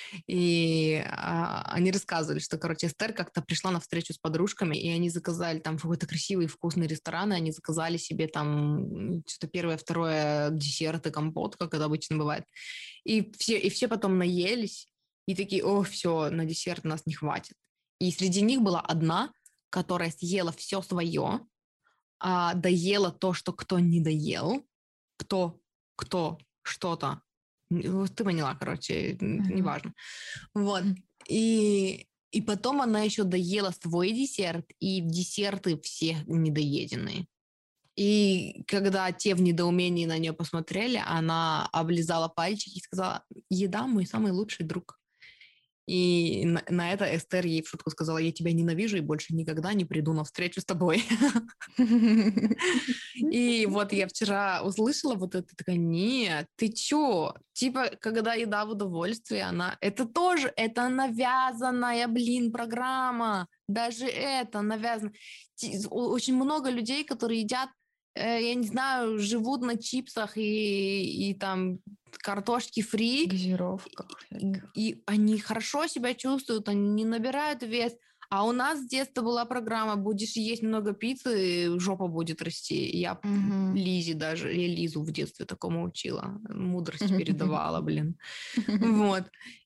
И а, они рассказывали, что, короче, Эстер как-то пришла на встречу с подружками, и они заказали там в какой-то красивый вкусный ресторан, и они заказали себе там что-то первое, второе, десерт и компот, как это обычно бывает. И все, и все потом наелись, и такие, о, все, на десерт нас не хватит. И среди них была одна, которая съела все свое, а доела то, что кто не доел, кто, кто что-то. Н- Ты поняла, короче, н- Ага. неважно. Вот. Мгм. И, и потом она еще доела свой десерт и десерты все недоеденные. И когда те в недоумении на нее посмотрели, она облизала пальчики и сказала, еда мой самый лучший друг. И на, на это Эстер ей в шутку сказала, я тебя ненавижу и больше никогда не приду на встречу с тобой. И вот я вчера услышала вот это, такая, нет, ты чё? Типа, когда еда в удовольствие, она... Это тоже, это навязанная, блин, программа. Даже это навязано. Ти- о- Очень много людей, которые едят, э, я не знаю, живут на чипсах и, и там картошки фри, Газировках и, всяких. и они хорошо себя чувствуют, они не набирают вес. А у нас с детства была программа, будешь есть много пиццы, жопа будет расти. Я Мгм. Лизе даже, я Лизу в детстве такому учила, мудрость передавала, блин. Вот.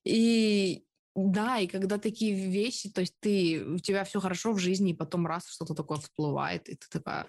И да, и когда такие вещи, то есть ты, у тебя все хорошо в жизни, и потом раз что-то такое всплывает, и ты такая,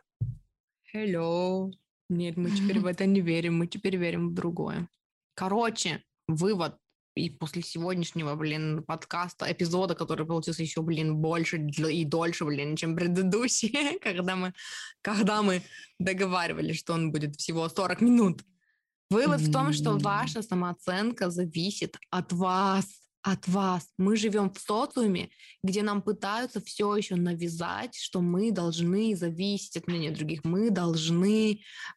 hello, нет, мы теперь в это не верим, мы теперь верим в другое. Короче, вывод и после сегодняшнего, блин, подкаста, эпизода, который получился еще, блин, больше дл- и дольше, блин, чем предыдущий, когда мы, когда мы договаривались, что он будет всего сорок минут. Вывод в том, что М. ваша самооценка зависит от вас, от вас. Мы живем в социуме, где нам пытаются все еще навязать, что мы должны зависеть от мнения других, мы должны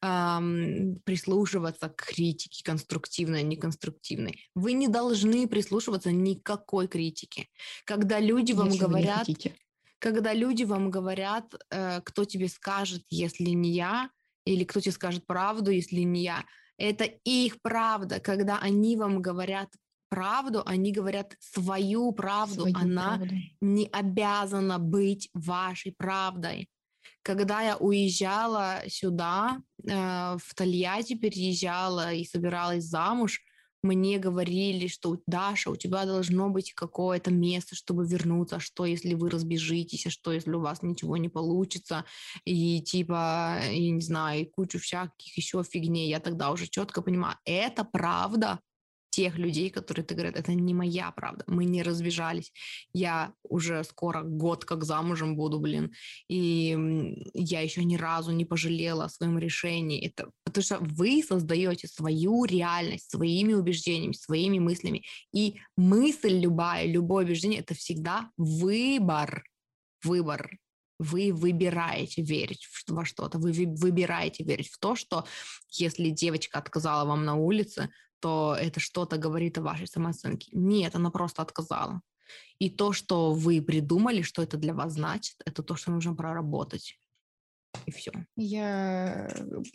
ам, прислушиваться к критике конструктивной, неконструктивной. Вы не должны прислушиваться никакой критике. Когда люди вам Если вы не говорят, хотите. когда люди вам говорят, э, кто тебе скажет, если не я, или кто тебе скажет правду, если не я, это их правда. Когда они вам говорят правду, они говорят свою правду. Свою Она правду. не обязана быть вашей правдой. Когда я уезжала сюда, э, в Тольятти переезжала и собиралась замуж, мне говорили, что Даша, у тебя должно быть какое-то место, чтобы вернуться. А что, если вы разбежитесь? А что, если у вас ничего не получится? И типа, я не знаю, и кучу всяких еще фигней. Я тогда уже четко понимаю, это правда. тех людей, которые ты говорят, это не моя правда, мы не разбежались, я уже скоро год как замужем буду, блин, и я еще ни разу не пожалела о своем решении. Это потому что вы создаете свою реальность своими убеждениями, своими мыслями, и мысль любая, любое убеждение — это всегда выбор, выбор. Вы выбираете верить во что-то, вы выбираете верить в то, что если девочка отказала вам на улице, то это что-то говорит о вашей самооценке. Нет, она просто отказала. И то, что вы придумали, что это для вас значит, это то, что нужно проработать. И все. Я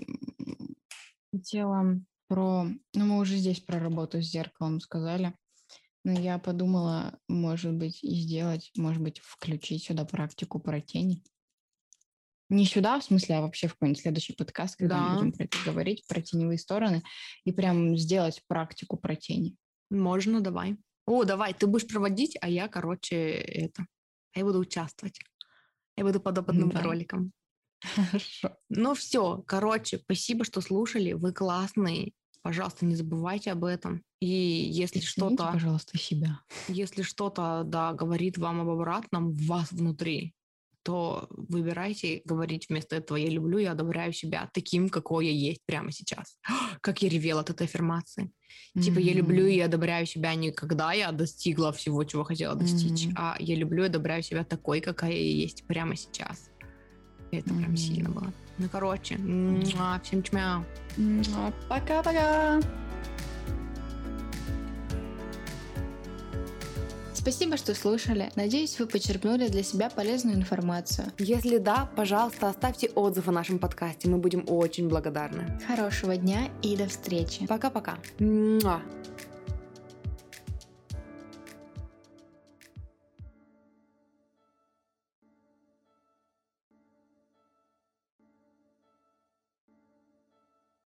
хотела про... Ну, мы уже здесь про работу с зеркалом сказали. Но я подумала, может быть, и сделать, может быть, включить сюда практику про тени. Не сюда, в смысле, а вообще в какой-нибудь следующий подкаст, когда Да. мы будем про это говорить, про теневые стороны, и прям сделать практику про тени. Можно, давай. О, давай, ты будешь проводить, а я, короче, это... Я буду участвовать. Я буду подопытным Да. кроликом. Хорошо. Ну все, короче, спасибо, что слушали. Вы классные. Пожалуйста, не забывайте об этом. И если Оцените, что-то, пожалуйста, себя. если что-то, да, говорит вам об обратном, в вас внутри, то выбирайте говорить вместо этого «я люблю, я одобряю себя таким, какой я есть прямо сейчас». Как я ревела от этой аффирмации. Типа «я люблю и одобряю себя не когда я достигла всего, чего хотела достичь, Мгм. а я люблю и одобряю себя такой, какая я есть прямо сейчас». Это прям Мгм. сильно было. Ну, короче, муа, всем чмяу. Муа, Пока-пока. Спасибо, что слушали. Надеюсь, вы почерпнули для себя полезную информацию. Если да, пожалуйста, оставьте отзыв о нашем подкасте. Мы будем очень благодарны. Хорошего дня и до встречи. Пока-пока. Муа.